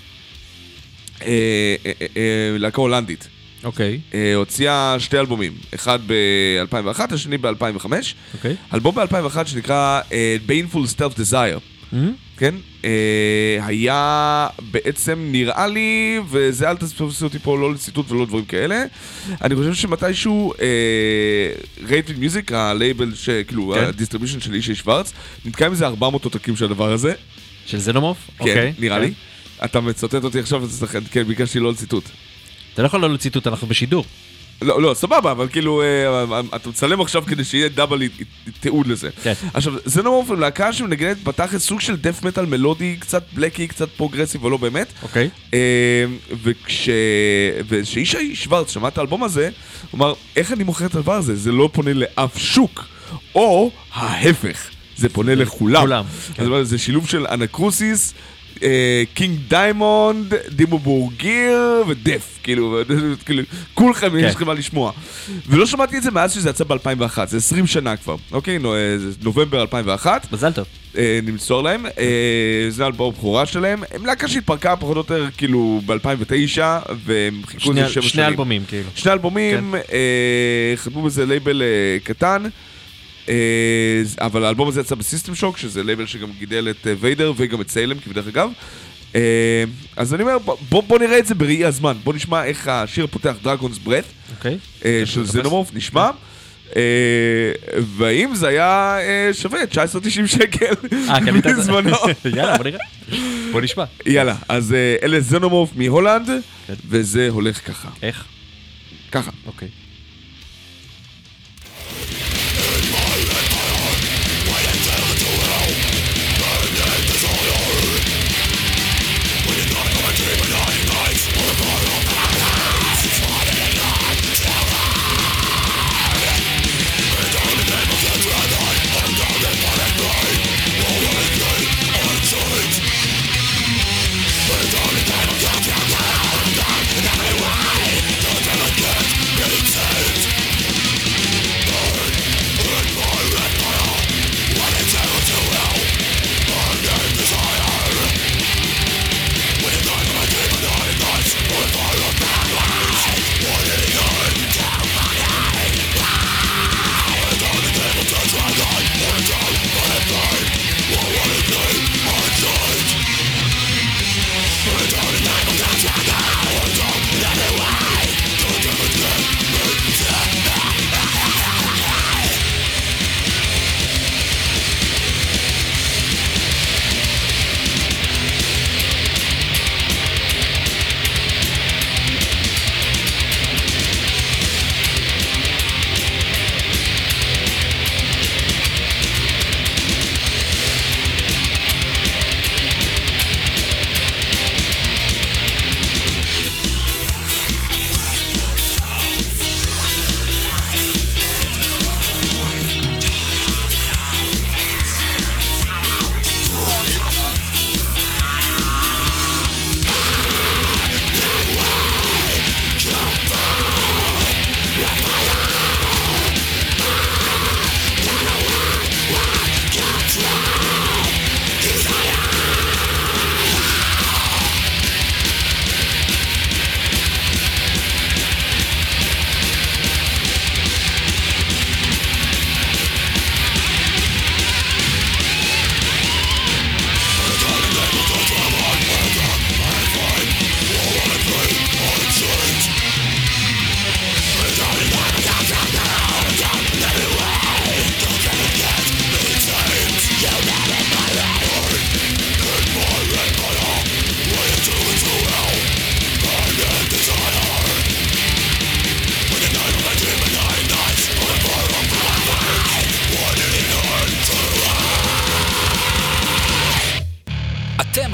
להקה הולנדית. אוקיי. הוציאה 2 אלבומים, אחד ב-2001, השני ב-2005. אוקיי. אלבום ב-2001 שנקרא Painful Self-Desire. כן? היה בעצם נראה לי, וזה אל תספסו אותי פה לא לציטוט ולא דברים כאלה, אני חושב שמתישהו רייטד מיוזיק, הלייבל שכאילו, הדיסטריביושן של אישי שוורץ, נתקע עם איזה 400 עותקים של הדבר הזה. של זנומורף? כן, נראה לי. אתה מצוטט אותי עכשיו, כן, ביקשתי לא לציטוט. אתה לא יכול לא לציטוט, אנחנו בשידור. לא, סבבה, אבל כאילו, אתה מצלם עכשיו כדי שיהיה דאבל תיעוד לזה. עכשיו, זנומורף הם להקה שמנגנת בתכלס סוג של דף מטל מלודי, קצת בלקי, קצת פרוגרסיב, אבל לא באמת. אוקיי. וכשאישי שוורץ שמע את האלבום הזה, הוא אמר, איך אני מוכר את הדבר הזה? זה לא פונה לאף שוק, או ההפך, זה פונה לכולם. זה שילוב של אנקרוסיס, קינג דיימונד, דימו בורגיר ודף, כאילו, כולכם יש לכם מה לשמוע. ולא שמעתי את זה מאז שזה יצא ב-2001, זה 20 שנה כבר, אוקיי? נובמבר 2001. מזל טוב. נמסור להם, זה אלבום הבכורה שלהם, הם להקה שהתפרקה פחות או יותר כאילו ב-2009, והם חיכו לזה 7 שנים. שני אלבומים כאילו. שני אלבומים, חתמו בזה לייבל קטן, אבל האלבום הזה יצא בסיסטם שוק, שזה לייבל שגם גידל את ויידר וגם את סיילם, כבדרך אגב. אז אני אומר, בוא נראה את זה בראי הזמן, בוא נשמע איך השיר פותח דרגונס ברית, של זנומורף, נשמע. והאם זה היה שווה 19.90 שקל בזמנו. יאללה, בוא נראה. בוא נשמע. יאללה, אז אלה זנומורף מהולנד, וזה הולך ככה. איך? ככה. אוקיי. It's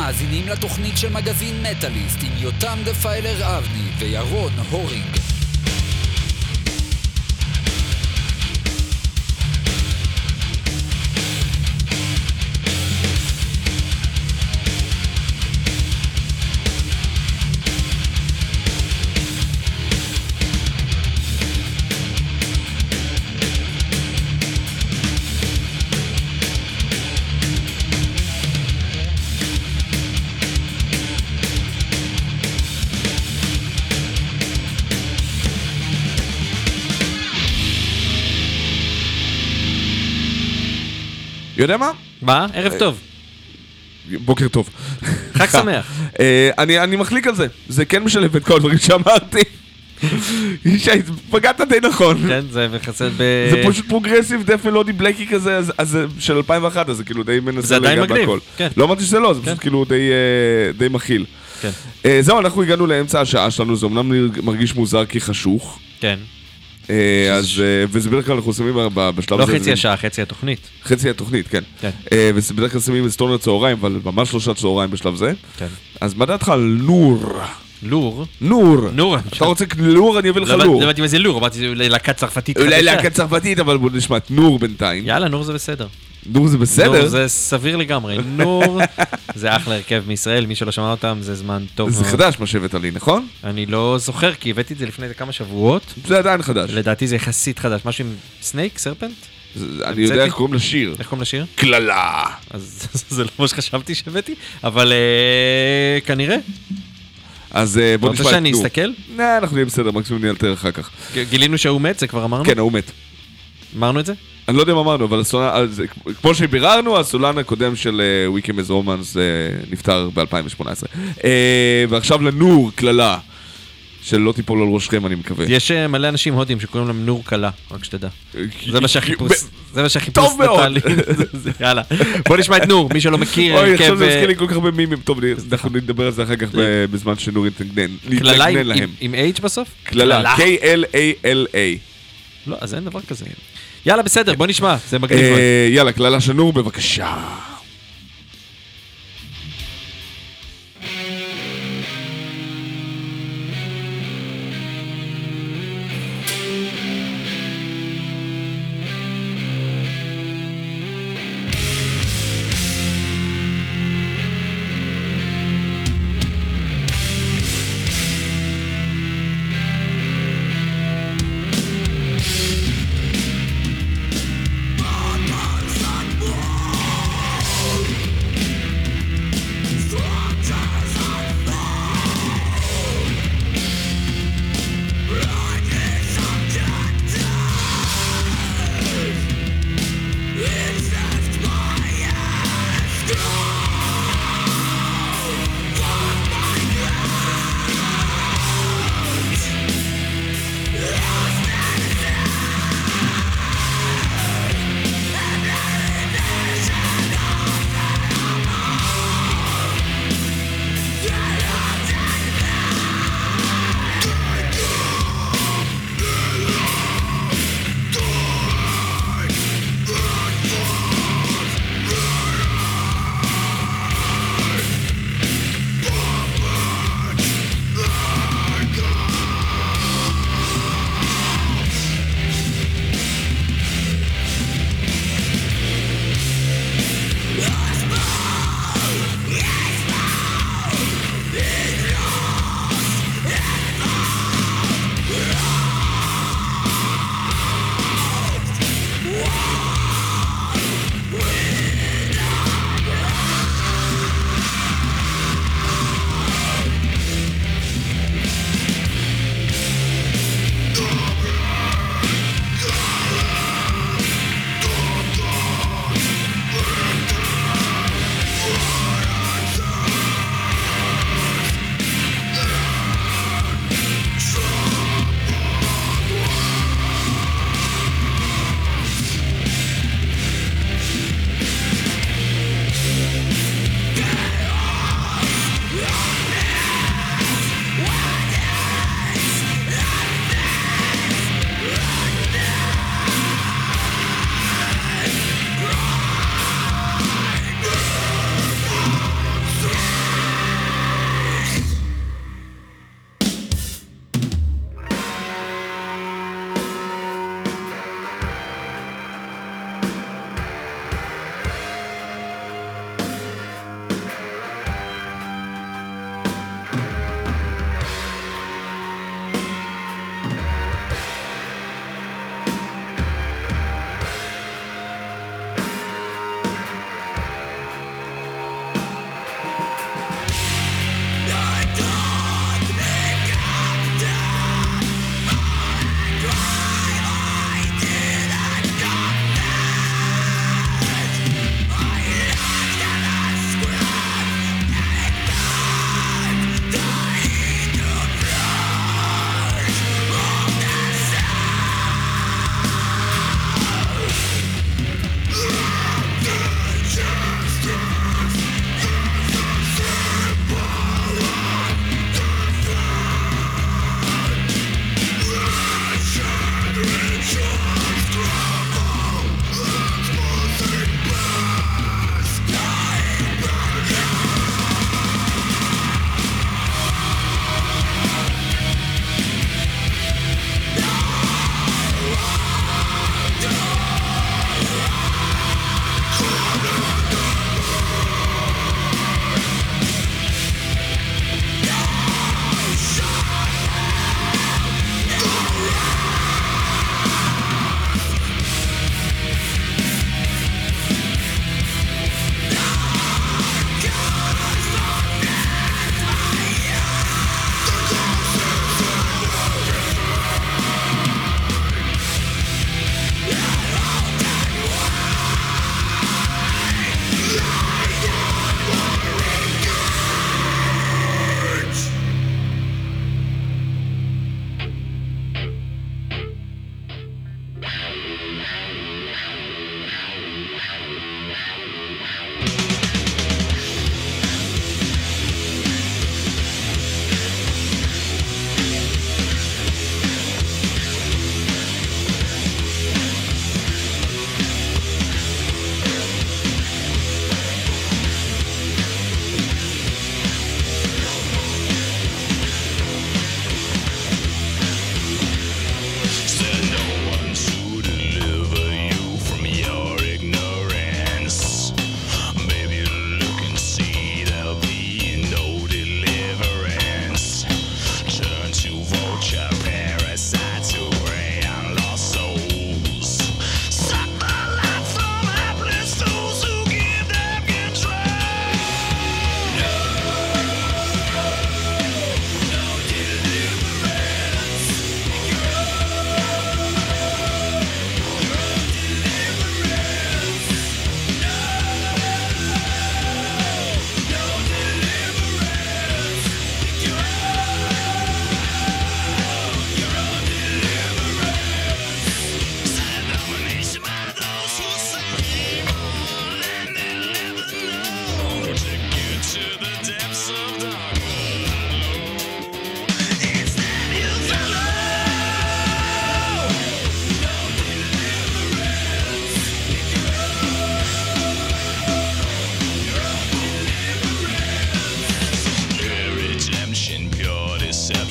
מאזינים לתוכנית של מגזין מטאליסט עם יותם דפיילר אבני וירון הורינג. יודע מה? מה? ערב טוב. בוקר טוב. חג שמח. אני מחליק על זה. זה כן משלב את כל הדברים שאמרתי. פגעת די נכון. כן, זה מחסד זה פשוט פרוגרסיב, דף מלודי בלקי כזה, אז זה של 2001, אז זה כאילו די מנסה. זה עדיין מגניב. לא אמרתי שזה לא, זה פשוט כאילו די מכיל. זהו, אנחנו הגענו לאמצע השעה שלנו, זה אמנם מרגיש מוזר כי חשוך. כן. וזה בדרך כלל אנחנו שמים בשלב הזה... לא חצי השעה, חצי התוכנית. חצי התוכנית, כן. וזה בדרך כלל שמים את סטורן הצהריים, אבל ממש 3 צהריים בשלב זה. אז מה דעתך על נור? לור? נור. אתה רוצה לור, אני אביא לך לור. לא הבנתי מה זה לור, אמרתי להקת צרפתית. אולי להקת צרפתית, אבל בוא נשמע את נור בינתיים. יאללה, נור זה בסדר. נור זה בסדר? נור זה סביר לגמרי. נור זה אחלה הרכב מישראל, מי שלא שמע אותם זה זמן טוב מאוד. זה חדש מה שהבאת לי, נכון? אני לא זוכר, כי הבאתי את זה לפני כמה שבועות. זה עדיין חדש. לדעתי זה יחסית חדש, משהו עם סנייק, סרפנט? אני יודע איך קוראים לשיר. איך קוראים לשיר? כללה. אז זה לא מה שחשבתי שהבאתי, אבל כנראה. אז בוא נשמע את נור. רוצה שאני אסתכל? אנחנו נהיה בסדר, מקסימום נאלתר אחר כך. גילינו שהוא מת, זה כבר אמרנו? כן, הוא מת. אמרנו את זה? אני לא יודע מה אמרנו, אבל כמו שביררנו, הסולן הקודם של Weekend with Romance נפטר ב-2018. ועכשיו לנור, כללה, שלא תיפול על ראשכם, אני מקווה. יש מלא אנשים הודים שקוראים להם נור כלה, רק שתדע. זה מה שהחיפוש טוב מאוד. יאללה, בוא נשמע את נור, מי שלא מכיר. אוי, עכשיו זה מזכיר לי כל כך הרבה מימים. טוב, אנחנו נדבר על זה אחר כך בזמן שנור יתנגנן. כללה עם H בסוף? כללה, K-L-A-L-A. לא, אז אין דבר כזה. יאללה, בסדר, בוא נשמע, זה מגניב. יאללה, כללה של נור, בבקשה.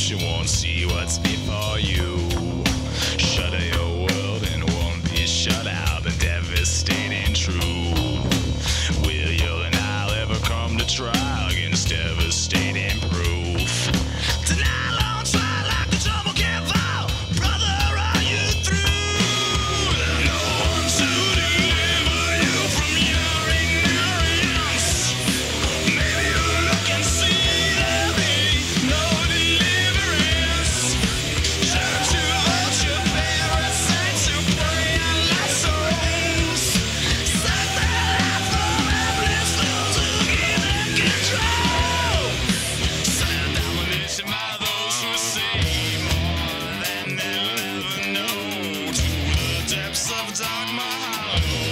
you won't see what's before you. Shut out your world and won't be shut out. The devastating truth. Will you and I'll ever come to trial against devastating proof? Tonight long try like the trouble can't fall. Brother, are you through? No one to deliver you from your ignorance. Maybe you look and see there be no deliverance. Turn to vulture parasites who prey on lost souls. Suck their life from helpless those who give them control. Send domination by those who see more than they'll ever know. To the depths of Dogma Hollow.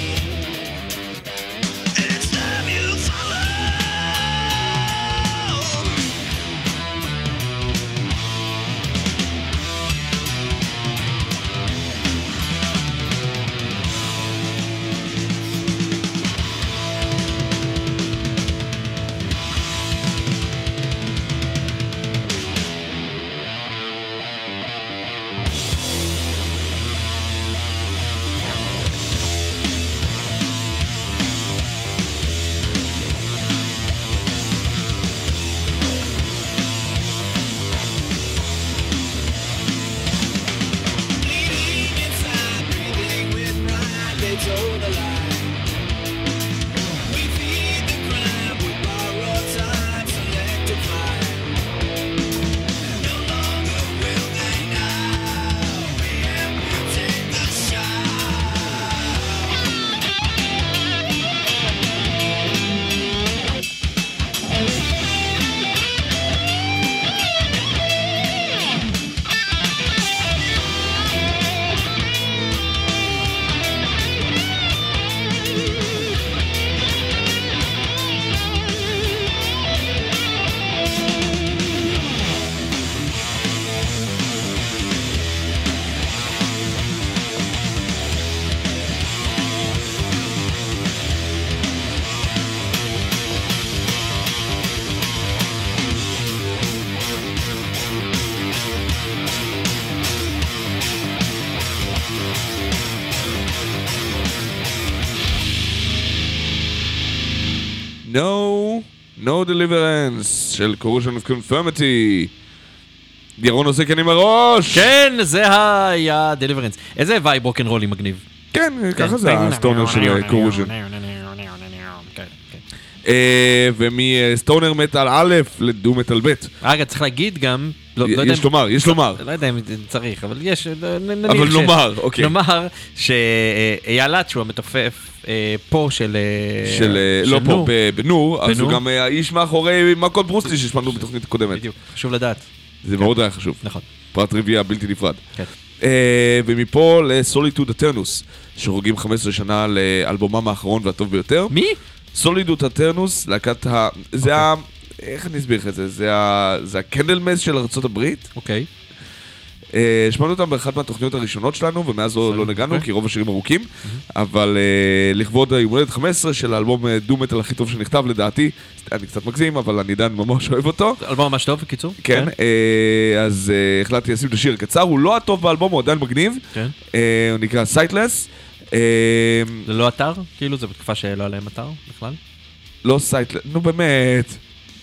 It's time you follow. Bleeding inside, breathing with pride, they told a lie. We feed the crime, we borrow time, selectify. No longer will they know, we amputate the No Deliverance של Corrosion of Conformity. ירון עושה כן עם הראש. כן, זה היה דליברנס. איזה וייב רוק'נ'רולי מגניב. כן, ככה זה הסטונר של Corrosion. ומסטונר מטל א' לדו מטל ב'. רגע, צריך להגיד גם... יש לומר. לא יודע אם צריך, אבל יש... אבל נאמר, אוקיי. נאמר שאייל שהוא המתופף פה של... לא פה, בנור, אז הוא גם האיש מאחורי מכות ברוסלי שהשמענו בתוכנית הקודמת. בדיוק, חשוב לדעת. זה מאוד היה חשוב. נכון. פרט טריוויה בלתי נפרד. כן. ומפה לסוליטוד אטרנוס, שחוגגים 15 שנה לאלבומם האחרון והטוב ביותר. מי? סוליטוד אטרנוס, להקת ה... זה ה... איך אני אסביר את זה? זה הקנדלמס של ארצות הברית. אוקיי. שמענו אותם באחת מהתוכניות הראשונות שלנו, ומאז לא נגענו, כי רוב השירים ארוכים, אבל לכבוד היום הולדת 15 של האלבום דו מטל הכי טוב שנכתב, לדעתי, אני קצת מגזים, אבל אני עדיין ממש אוהב אותו. אלבום ממש טוב, בקיצור. כן, אז החלטתי לשים את השיר קצר, הוא לא הטוב באלבום, הוא עדיין מגניב, הוא נקרא Sightless. זה לא אתר? כאילו זה בתקופה שלא עליהם אתר בכלל? לא Sightless, נו באמת.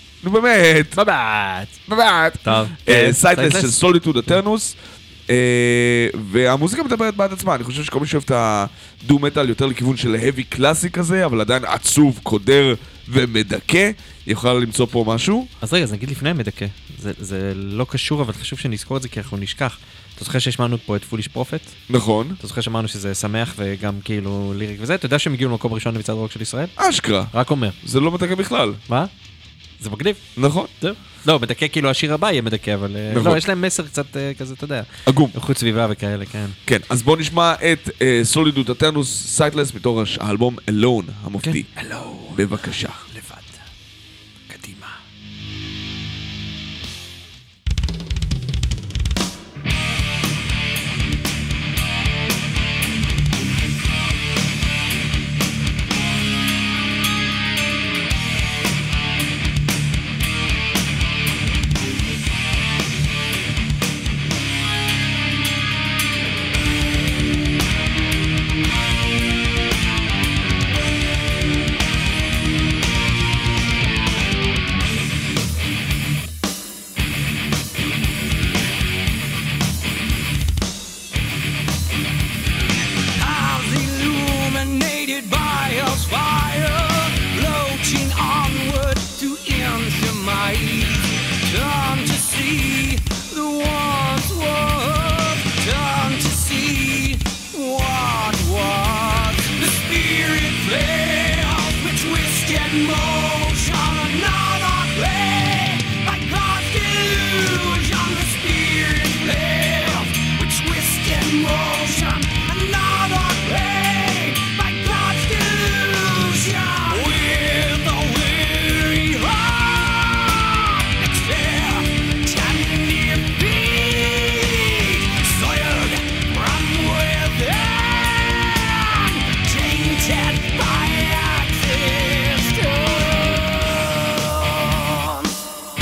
טוב. Sightless של סוליטוד אטרנוס. והמוזיקה מדברת בעד עצמה, אני חושב שכל מי שאוהב את הדו מטל יותר לכיוון של heavy קלאסי כזה, אבל עדיין עצוב, קודר ומדכא, יכולה למצוא פה משהו. אז רגע, אז נגיד לפני מדכא, זה לא קשור, אבל חשוב שנזכור את זה כי אנחנו נשכח. אתה זוכר שהשמענו פה את פוליש פרופט? נכון. אתה זוכר שאמרנו שזה שמח וגם כאילו ליריק וזה? אתה יודע שהם הגיעו למקום ראשון במצעד רוק של ישראל? אשכרה. רק אומר. זה לא מדכא בכלל. מה? זה מגניב. נכון. זהו. לא, מדכא כאילו השיר הבא יהיה מדכא, אבל לא, יש להם מסר קצת כזה, אתה יודע. אגום. איכות סביבה וכאלה, כן. כן, אז בואו נשמע את סוליטוד אטרנוס Sightless מתוך האלבום Alone המופתי. Alone. בבקשה. לבד. קדימה. might come to see the ones was, come to see what was. The spirit flails with twisted motion, another play by God's illusion. The spirit flails with twisted motion, another play by God's delusion. With a weary heart, exhale, tender feet, soiled from within, tainted by existence.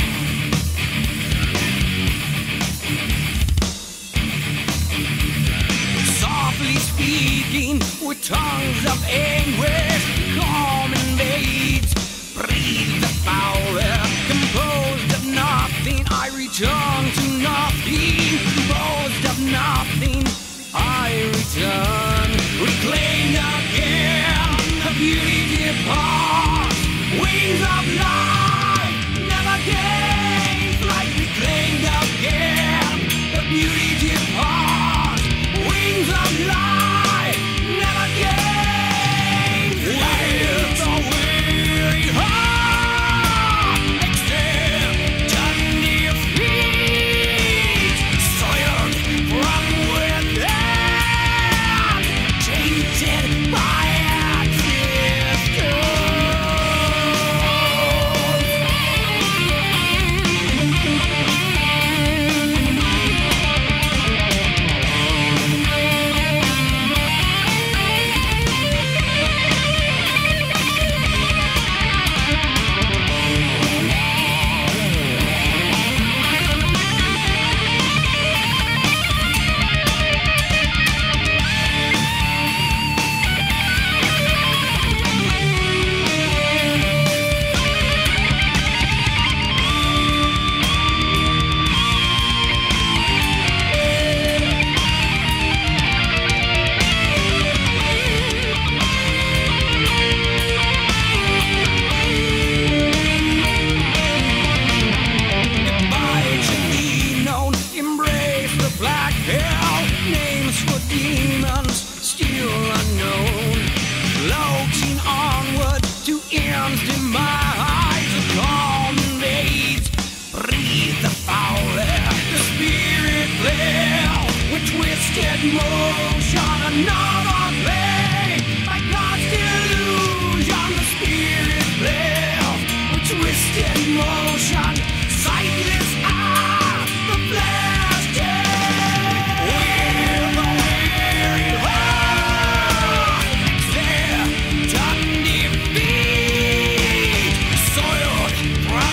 Softly speaking with tongues of anguish, calm invades, breathe the foul air, composed of nothing, I return to nothing, composed of nothing, I return, reclaimed again, the beauty departs, wings of light, never gain, flight reclaimed again, the beauty departs, wings of light, never gain, with a weary heart, exhale, tender feet, soiled from within, tainted by Goodbye to the known, embrace the black hell, names for demons still unknown, floating onward to ends demise, a calm invades, breathe the foul air, the spirit flail with twisted motion, another play by God's delusion. The spirit flail with twisted motion, sightless eye, the plastic. With a weary heart, exhale, tender feet, soiled from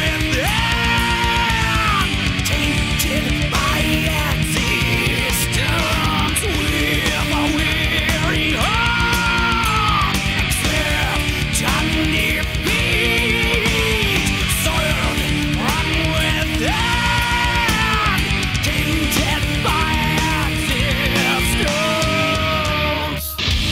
within, tainted by existence. With a weary heart, exhale, tender feet, soiled from within, tainted by existence.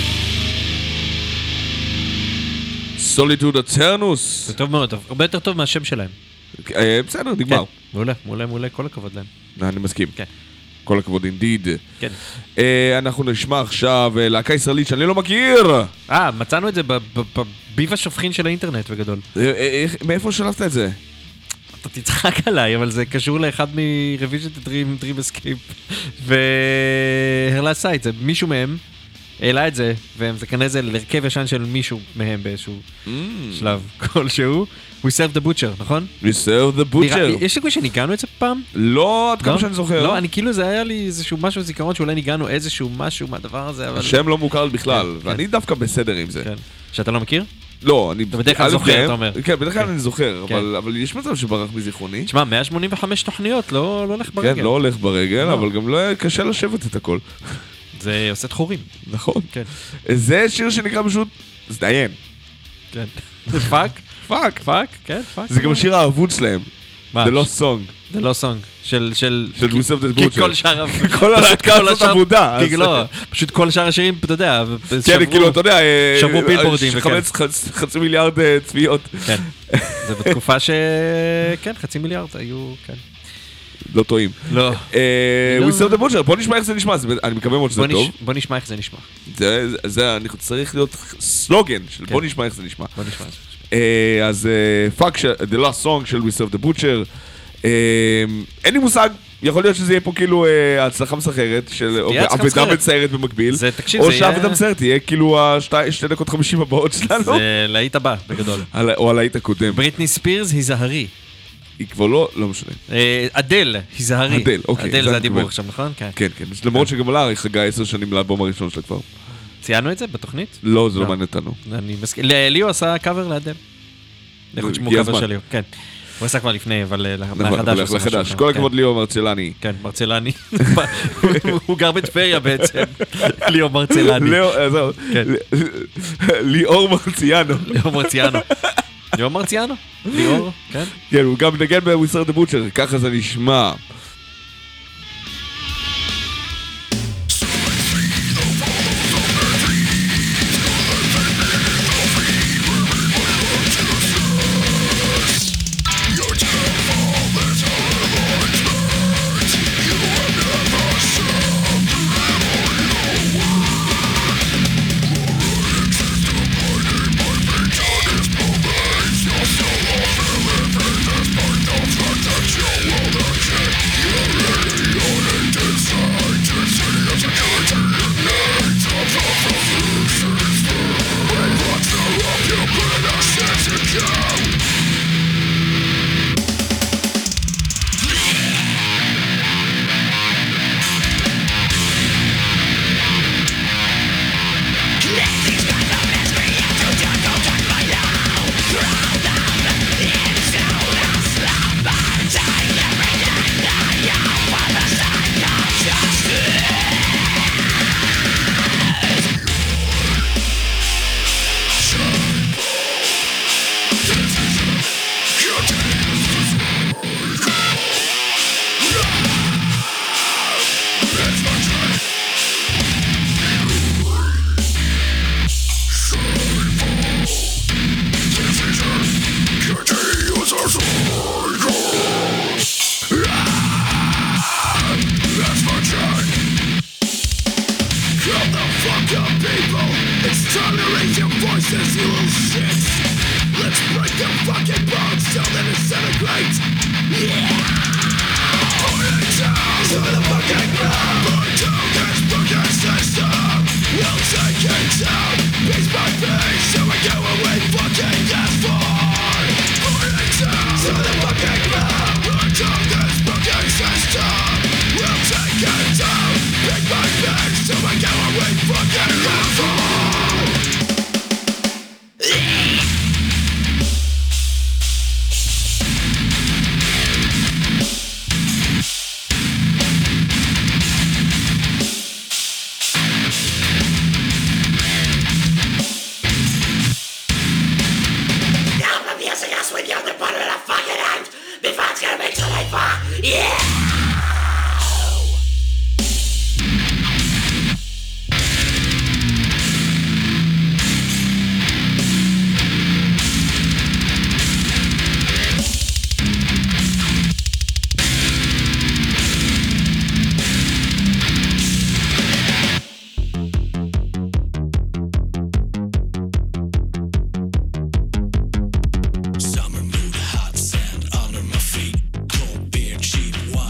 סוליטוד אצרנוס. זה טוב מאוד, הרבה יותר טוב מהשם שלהם. בסדר, נגמר. מעולה, מעולה, מעולה, כל הכבוד להם. אני מסכים. כן. כל הכבוד אינדיד. כן. אנחנו נשמע עכשיו להקה ישראלית שאני לא מכיר. מצאנו את זה בביב השופכין של האינטרנט בגדול. מאיפה שלפת את זה? אתה תצחק עליי, אבל זה קשור לאחד מ-Revision Dream Escape. והרלה סייט, זה מישהו מהם העלה את זה, וזה כנראה זה לרכב ישן של מישהו מהם באיזשהו שלב כלשהו. We serve the butcher, נכון? We serve the butcher. יש סיכוי שניגענו את זה פעם? לא, עד כמה שאני זוכר. לא, אני כאילו זה היה לי איזשהו משהו זיכרון שאולי ניגענו איזשהו משהו מהדבר הזה, אבל... השם לא מוכר בכלל, ואני דווקא בסדר עם זה. שאתה לא מכיר? לא, אני... אתה בדרך כלל זוכר, אתה אומר. כן, בדרך כלל אני זוכר, אבל יש מצב שברח מזיכרוני. תשמע, 185 תוכניות, לא הולך ברגל. כן, לא הולך ברגל, אבל גם לא קשה לשבת את הכל. זה עושה תחורים. נכון. כן. זה שיר שנקרא פשוט זדיין. כן. פאק? פאק. פאק? כן, פאק. זה גם השיר האהבוד שלהם. מה? The Lost Song. זה לא סונג, של וויסר דה בוטשר. כל שאר... כל הלהקה הזאת עבודה. לא, פשוט כל שאר השירים, אתה יודע, כן, כאילו, אתה יודע, שברו בילבורדים. 500 מיליארד צביעות. כן, זה בתקופה כן, 500 מיליארד היו, כן. לא טועים. לא. וויסר דה בוטשר, בוא נשמע איך זה נשמע, אני מקווה מאוד שזה טוב. בוא נשמע איך זה נשמע. זה צריך להיות סלוגן של בוא נשמע איך זה נשמע. בוא נשמע איך זה נשמע. אז פאק, The Last Song של We Serve the Butcher. אין לי מושג, יכול להיות שזה יהיה פה כאילו הצלחה מסחרת, או עבודה מציירת במקביל, או שהעבודה מציירת תהיה כאילו 2 דקות 50 הבאות שלנו. זה להיט הבא, בגדול. או הלהיט הקודם. בריטני ספירס, היזהרי. היא כבר לא משנה. אדל, היזהרי. אדל, אוקיי. אדל זה הדיבור עכשיו, נכון? כן, כן. למרות שגם לה חגה 10 שנים לאלבום הראשון שלה כבר. ציינו את זה בתוכנית? לא, זה לא מעניין אותנו. אני מסכים. ליאו עשה קאבר לאדל. לכו תשמעו קאבר של ליאו, כן. הוא עשה כבר לפני, אבל לחדש. כל הכבוד ליאו מרצלני. כן, מרצלני. הוא גר בטבריה בעצם. ליאו מרצלני. ליאור מרציאנו. ליאור מרציאנו. ליאור מרציאנו? ליאור, כן? כן, הוא גם נגן בוויסר דה בוטשר, ככה זה נשמע. Summer mood, hot sand under my feet. Cold beer, cheap wine.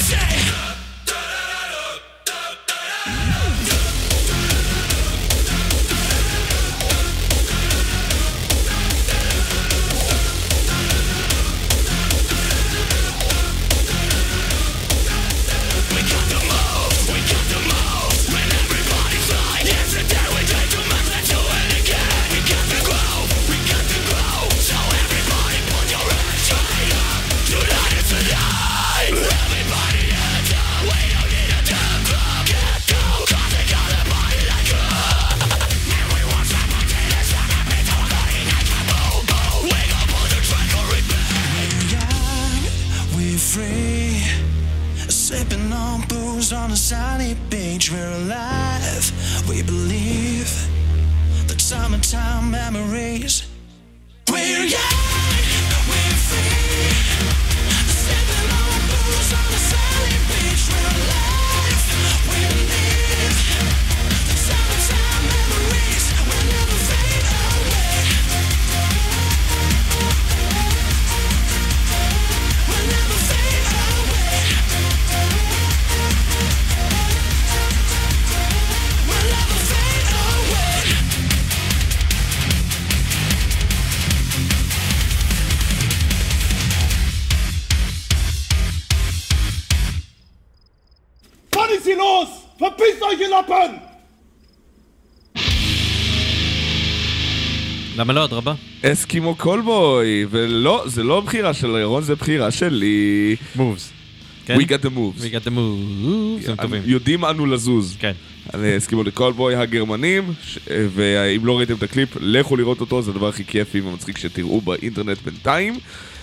למה לא, אדרבה? אסקימו קולבוי, ולא, זה לא בחירה של ירון, זה בחירה שלי. מובס. We got the moves. We got the moves. הם טובים. יודעים אנו לזוז. כן. אסקימו קולבוי הגרמנים, ואם לא ראיתם את הקליפ, לכו לראות אותו, זה הדבר הכי כיפי ומצחיק שתראו באינטרנט בינתיים.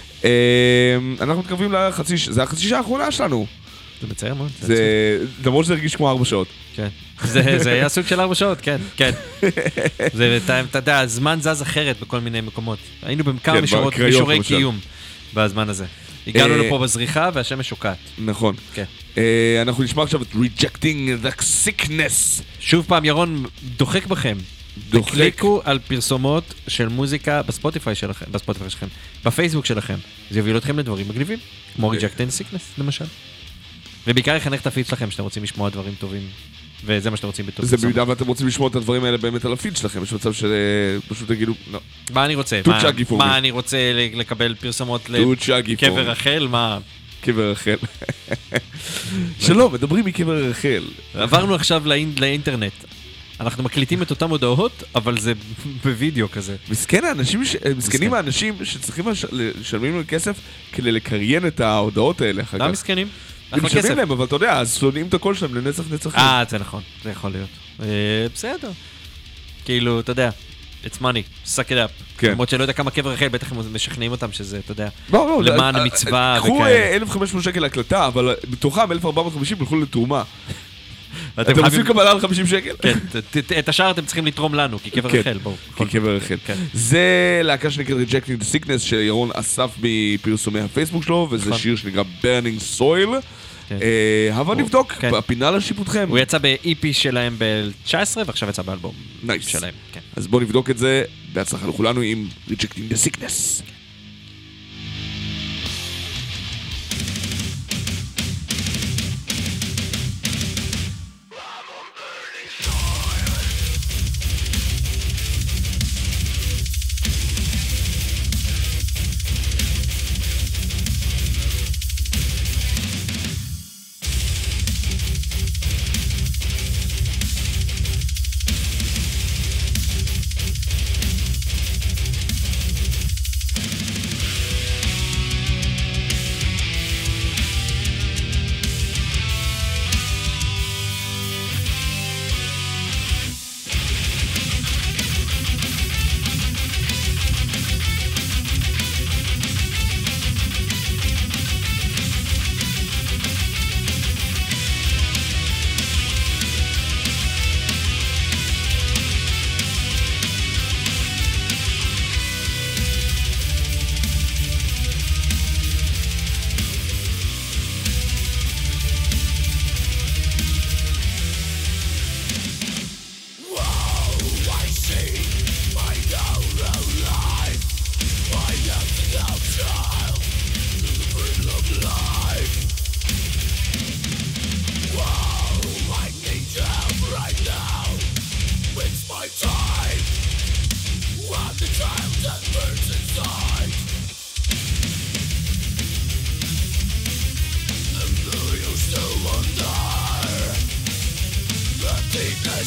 אנחנו מתקרבים זה החצי שעה האחרונה שלנו. זה מצייר מאוד. למרות שזה הרגיש כמו 4 שעות. כן. זה היה סוג של 4 שעות, כן, כן. זה, אתה יודע, הזמן זז אחרת בכל מיני מקומות. היינו בכמה מישורי קיום בזמן הזה. הגענו לפה בזריחה והשמש שוקעת. נכון. כן. אנחנו נשמע עכשיו את Rejecting the Sickness. שוב פעם, ירון דוחק בכם. תקליקו על פרסומות של מוזיקה בספוטיפיי שלכם, בפייסבוק שלכם. זה יוביל אתכם לדברים מגניבים, כמו Rejecting the Sickness, למשל. ובעיקר יחנך את הפיד שלכם שאתם רוצים לשמוע דברים טובים, וזה מה שאתם רוצים בטוב. זה במידה ואתם רוצים לשמוע את הדברים האלה באמת על הפיד שלכם, יש מצב שפשוט תגידו, לא. מה אני רוצה? מה אני רוצה לקבל פרסומות לקבר רחל? מה? קבר רחל. שלום, מדברים מקבר רחל. עברנו עכשיו לאינטרנט. אנחנו מקליטים את אותם הודעות, אבל זה בווידאו כזה. מסכנים האנשים שצריכים לשלמים להם כסף כדי לקריין את ההודעות האלה. לא מסכנים. הם משלמים להם, אבל אתה יודע, אז שונאים את הקול שלהם לנצח נצחים. זה נכון, זה יכול להיות. בסדר. כאילו, אתה יודע, it's money, suck it up. למרות שלא יודע כמה קבר רחל, בטח הם משכנעים אותם שזה, אתה יודע, למען המצווה וכאלה. קחו 1,500 שקל להקלטה, אבל בתוכם 1,450 ילכו לתרומה. אתם עושים קבלה על 50 שקל? כן, את השאר אתם צריכים לתרום לנו, כי קבר רחל, בואו. כי קבר רחל. זה להקה שנקראת Rejecting the Sickness, שירון אסף מפרסומי הפייסבוק שלו, וזה שיר שנקרא Burning Soil. הבה נבדוק, הפינה לשיפוטכם. הוא יצא ב-EP שלהם ב-19, ועכשיו יצא באלבום שלהם. אז בואו נבדוק את זה, בהצלחה לכולנו עם Rejecting the Sickness.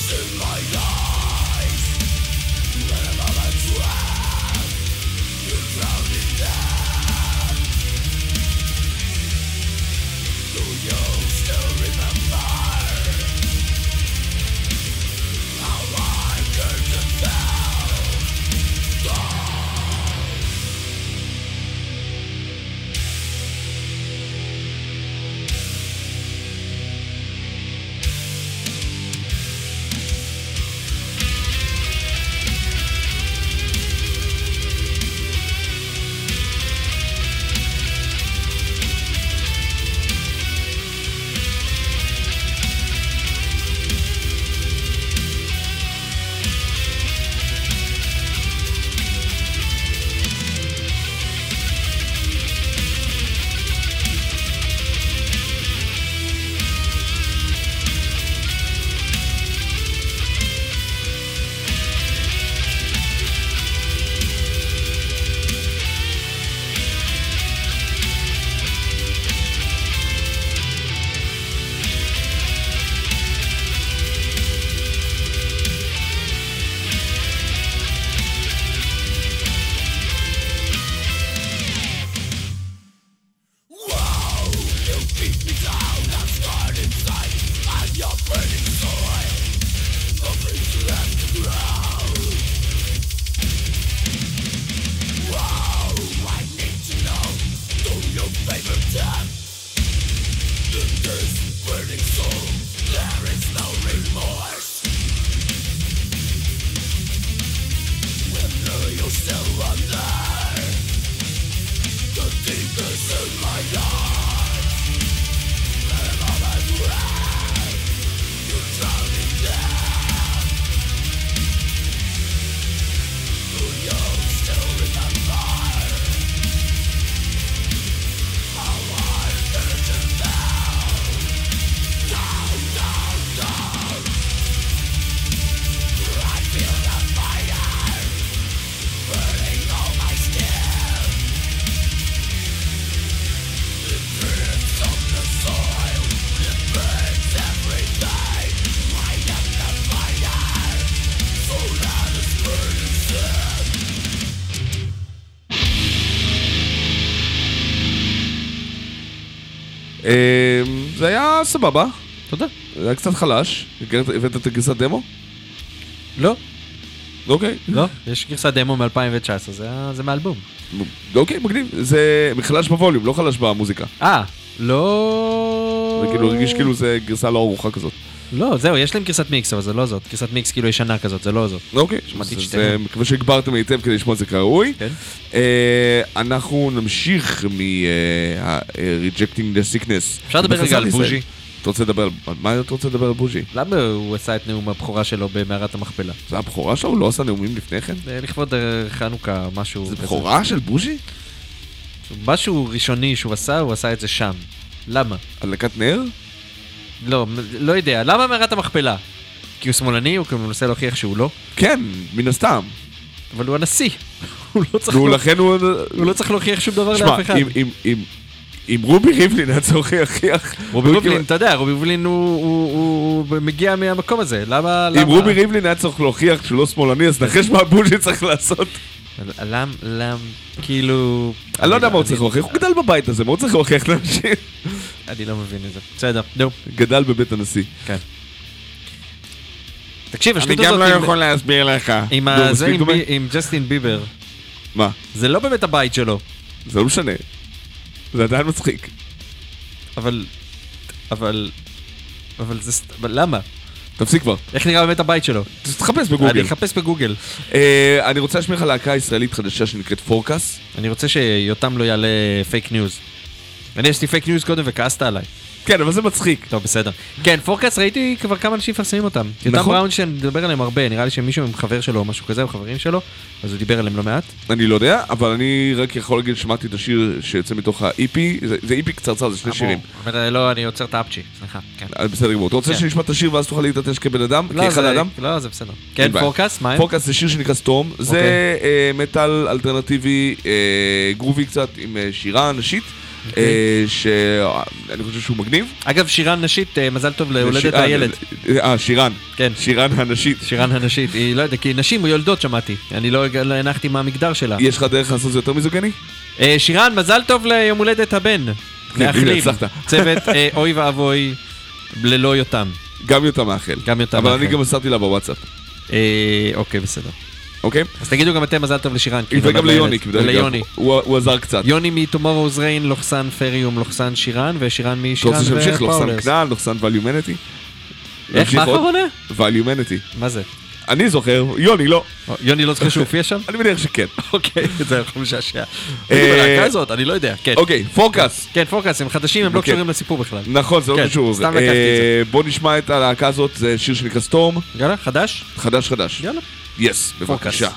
זה היה סבבה. תודה. זה היה קצת חלש. הבאת את הגרסת דמו? לא. אוקיי. לא, יש גרסת דמו מ-2019, זה מאלבום. אוקיי, מגניב. זה חלש בווליום, לא חלש במוזיקה. לא... זה כאילו הרגיש כאילו זה גרסה לא ארוחה כזאת. לא, זהו, יש להם גרסת מיקס, אבל זה לא זאת. גרסת מיקס כאילו ישנה כזאת, זה לא זאת. אוקיי, אז מקווה שהגברתם היטב כדי לשמוע את זה כראוי. כן. אנחנו נמשיך מ-Rejecting the Sickness. אפשר לדבר רגע על בוז'י? אתה רוצה לדבר על... מה אתה רוצה לדבר על בוז'י? למה הוא עשה את נאום הבכורה שלו במערת המכפלה? זה הבכורה שלו? הוא לא עשה נאומים לפני כן? לכבוד חנוכה, משהו כזה. זה בכורה של בוז'י? משהו ראשוני שהוא עשה, הוא עשה את זה שם. למה? על לקת נר? לא יודע. למה מערת המכפלה? כי הוא שמאלני, או כי הוא מנסה להוכיח שהוא לא? כן, מן הסתם. אבל הוא הנשיא. הוא לא צריך להוכיח שום דבר לאף אחד. אם רובי ריבלין היה צריך להוכיח... רובי ריבלין, אתה יודע, רובי ריבלין הוא מגיע מהמקום הזה. למה? אם רובי ריבלין היה צריך להוכיח שהוא לא שמאלני, אז נחש מה בוז'י צריך לעשות. כאילו... אני לא יודע מה הוא צריך להוכיח, הוא גדל בבית הזה, מה הוא צריך להוכיח לאנשים? אני לא מבין את זה. בסדר, נו. גדל בבית הנשיא. כן. תקשיב, אני גם לא יכול להסביר לך. עם ג'סטין ביבר. מה? זה לא באמת הבית שלו. זה לא משנה. זה עדיין מצחיק. אבל למה? תפסיק כבר. איך נראה באמת הבית שלו? תחפש בגוגל. אני אחפש בגוגל. אני רוצה להשמיע לך להקה ישראלית חדשה שנקראת פורקס. אני רוצה שיותם לא יעלה פייק ניוז. אני יש לי פייק ניוז קודם וכעסת עליי. כן, אבל זה מצחיק. טוב, בסדר. כן, פורקס ראיתי כבר כמה אנשים מפרסמים אותם. יותם בראון שנדבר עליהם הרבה, נראה לי שמישהו עם חבר שלו או משהו כזה, או חברים שלו, אז הוא דיבר עליהם לא מעט. אני לא יודע, אבל אני רק יכול להגיד שמעתי את השיר שיוצא מתוך ה-EP, זה EP קצרצר, זה שני שירים. לא, אני עוצר את האפצ'י, סליחה. בסדר גמור. אתה רוצה שנשמע את השיר ואז תוכל להתעטש כבן אדם? כאחד האדם? לא, זה בסדר. כן, פורקס, מה הם? פורקס זה שיר שנקרא סטורם, זה מטל אלטרנטיבי, גרובי קצת, עם שירה נשית. שאני חושב שהוא מגניב. אגב, שירן נשית, מזל טוב להולדת הילד. שירן. כן. שירן הנשית. שירן הנשית, היא לא יודע, כי נשים או יולדות שמעתי. אני לא הנחתי מה המגדר שלה. יש לך דרך לעשות זה יותר מיזוגני? שירן, מזל טוב ליום הולדת הבן. מאחלים. צוות אוי ואבוי ללא יותם. גם יותם מאחל. גם יותם מאחל. אבל אני גם מסרתי לה בוואטסאפ. אוקיי, בסדר. אוקיי? אז תגידו גם אתם מזל טוב לשירן. וגם ליוני, ליוני. הוא עזר קצת. יוני מ-Tomorrow's Rain, לוחסן פריום, לוחסן שירן, ושירן משירן ופאולרס. אתה רוצה שמשיך, לוחסן כנען, לוחסן Valuemanity. איך, מה אחרונה? Valuemanity. מה זה? אני זוכר, יוני לא. יוני לא זוכר שהוא הופיע שם? אני מניח שכן. אוקיי, זה יכול משעשע. בלהקה הזאת, אני לא יודע, כן. אוקיי, פורקאסט. כן, פורקאסט, הם חדשים, הם לא קשורים לסיפור בכלל. נכון, זה לא קשור. סתם לקחתי את זה. בוא נשמע את הלהקה הזאת, זה שיר שנקרא סטורם. יאללה, חדש? חדש. יאללה. יס, בבקשה.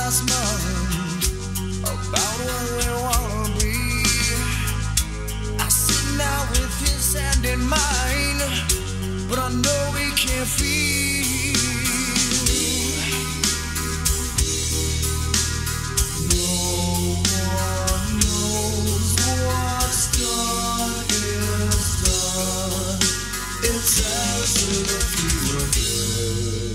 last month about where we wanna be. I sit now with his hand in mine, but I know we can't feel. No one knows what's done is done. It's as if we were dead.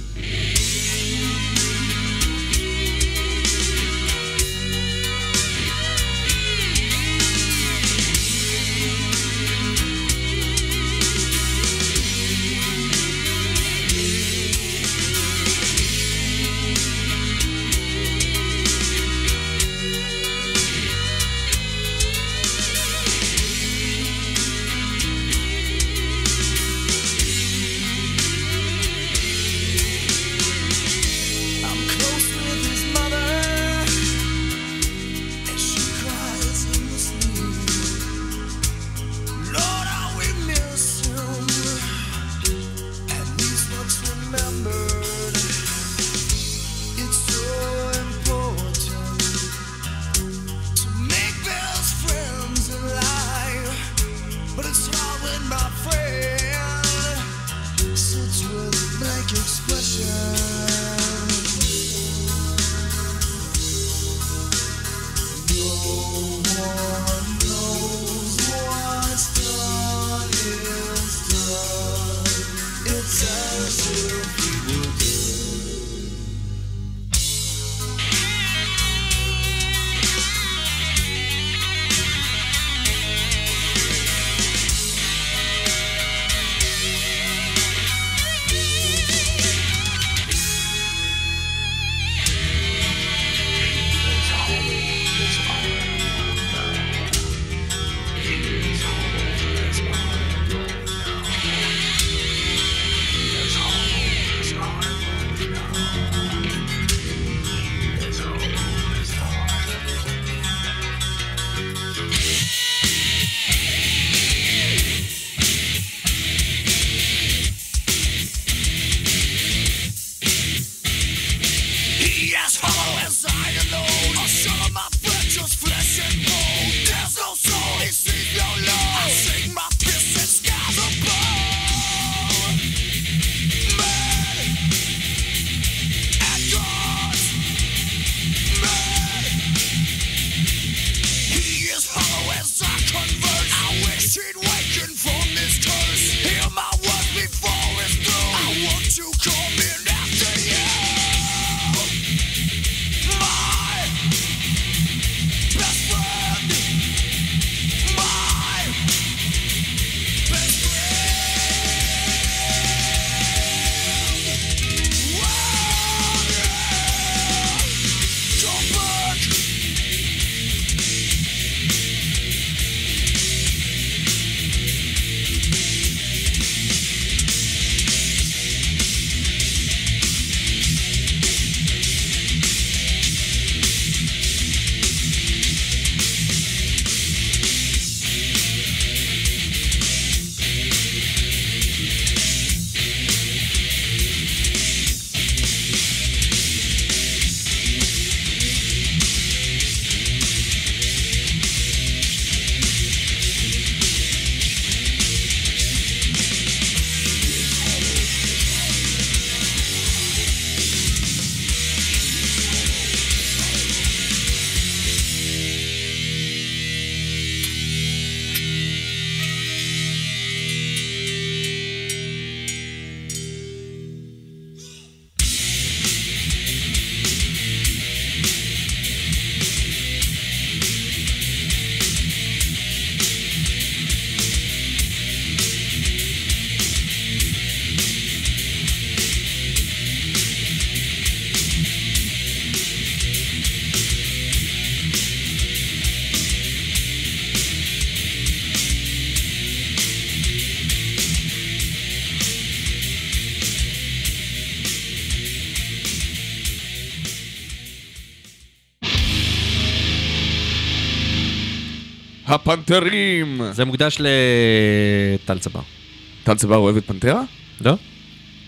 הפנתרים. זה מוקדש לטל צבר. טל צבר אוהב את פנתרה? לא.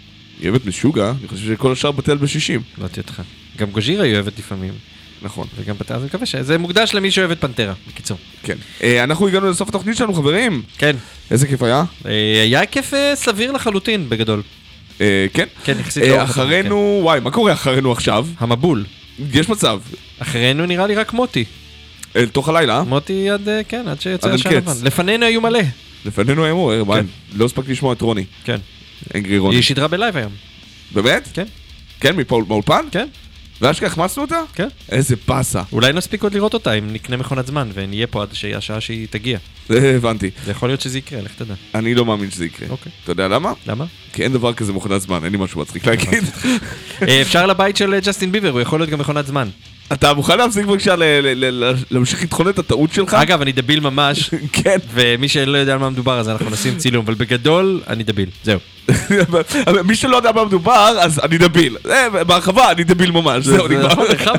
היא אוהבת משוגע, אני חושב שכל השאר בטל ב-60. לא תהיה אותך. גם גוז'ירה היא אוהבת לפעמים. נכון. וגם בטל, אז אני מקווה שזה מוקדש למי שאוהבת פנטרה, בקיצור. כן. אנחנו הגענו לסוף התוכנית שלנו, חברים. כן. איזה כיף היה? היה כיף סביר לחלוטין, בגדול. כן? כן, יחסית לא. אחרינו, וואי, מה קורה אחרינו עכשיו? המבול. יש מצב. אחרינו נראה לי רק מוטי. אל תוך הלילה? מוטי עד שיוצא השעה לבן. לפנינו היו מלא. לפנינו היו, לא הספק לשמוע את רוני. כן. אנגרי רוני. היא שידרה בלייב היום. באמת? כן. כן, מאולפן? כן. ואשכרה החמצנו אותה? כן. איזה פסה. אולי נספיק עוד לראות אותה אם נקנה מכונת זמן ונהיה פה עד השעה שהיא תגיע. הבנתי. זה יכול להיות שזה יקרה, לך תדע. אני לא מאמין שזה יקרה. אוקיי. אתה יודע למה? למה? כי אין דבר כזה מכונת זמן, אין לי משהו מצחיק להגיד. אפשר לבית של ג'סטין ביבר, הוא יכול להיות גם מכונת זמן. אתה מוכן להפסיק בבקשה להמשיך לתכון את הטעות שלך? אגב, אני דביל ממש. כן. ומי שלא יודע על מה מדובר, אז אנחנו נשים צילום, אבל בגדול, אני דביל. זהו. מי שלא יודע על מה מדובר, אז אני דביל. בהרחבה, אני דביל ממש. זהו, נגמר.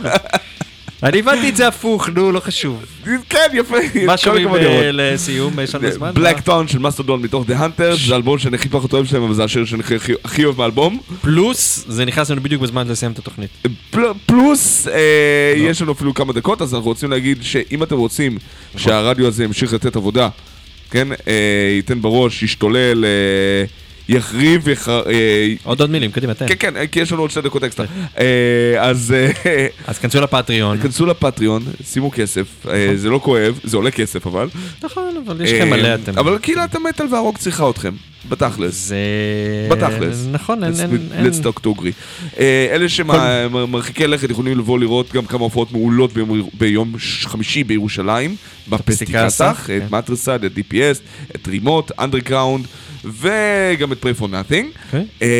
אני הבנתי את זה הפוך, נו, לא חשוב. כן, יפה. מה שומעים לסיום, יש לנו זמן? בלק טאון של מסטודון מתוך The Hunters, זה אלבום שאני הכי פחות אוהב שלהם, אבל זה השיר שאני הכי אוהב מהאלבום. פלוס, זה נכנס לנו בדיוק בזמן לסיים את התוכנית. פלוס, יש לנו אפילו כמה דקות, אז אנחנו רוצים להגיד שאם אתם רוצים שהרדיו הזה ימשיך לתת עבודה, כן, ייתן בראש, ישתולל, יחריב, עוד מילים, קדימה, תן. כן, כן, כי יש לנו עוד 2 דקות אקסטרה. אז כנסו לפטריון. כנסו לפטריון, שימו כסף, זה לא כואב, זה עולה כסף אבל. נכון, אבל יש לכם מלא אתם. אבל קהילת המטל והרוק צריכה אתכם, בתכלס. זה... בתכלס. נכון, אין... let's talk to agree. אלה שמרחיקי לכת יכולים לבוא לראות גם כמה הופעות מעולות ביום חמישי בירושלים, בפסטיקסח, את מטרסד, את DPS, את רימוט, אנדרגראונד, וגם את Pray for Nothing.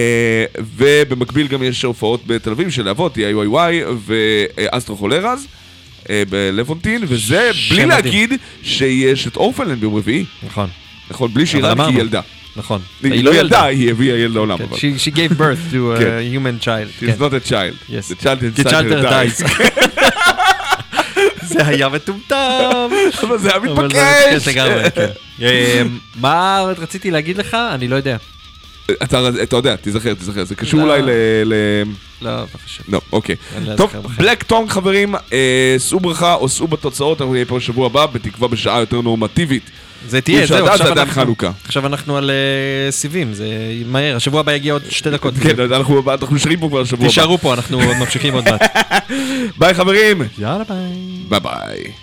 ובמקביל גם יש הופעות בתל אביב של להבות, DIY ואסטרו חולרז בלוונטין, וזה בלי להגיד שיש את אורפלנד ביום רביעי. נכון. נכון, בלי שירה, כי היא ילדה. נכון. היא לא ילדה, היא הביאה ילד לעולם. She gave birth to a human child. She's not a child. Yes. The child inside her dies. זה היה מטומטם. אבל זה היה מתבקש. מה רציתי להגיד לך? אני לא יודע. אתה יודע, תיזכר, זה קשור אולי לא, בבקשה. לא, אוקיי. טוב, בלק טונג חברים, שאו ברכה או שאו בתוצאות, אנחנו נהיה פה בשבוע הבא, בתקווה בשעה יותר נורמטיבית. זה תהיה, זהו, עכשיו אנחנו על סיבים, זה מהר, השבוע הבא יגיע עוד 2 דקות. כן, אנחנו נשארים פה כבר השבוע הבא. תישארו פה, אנחנו ממשיכים עוד מעט. ביי חברים. יאללה ביי. ביי ביי.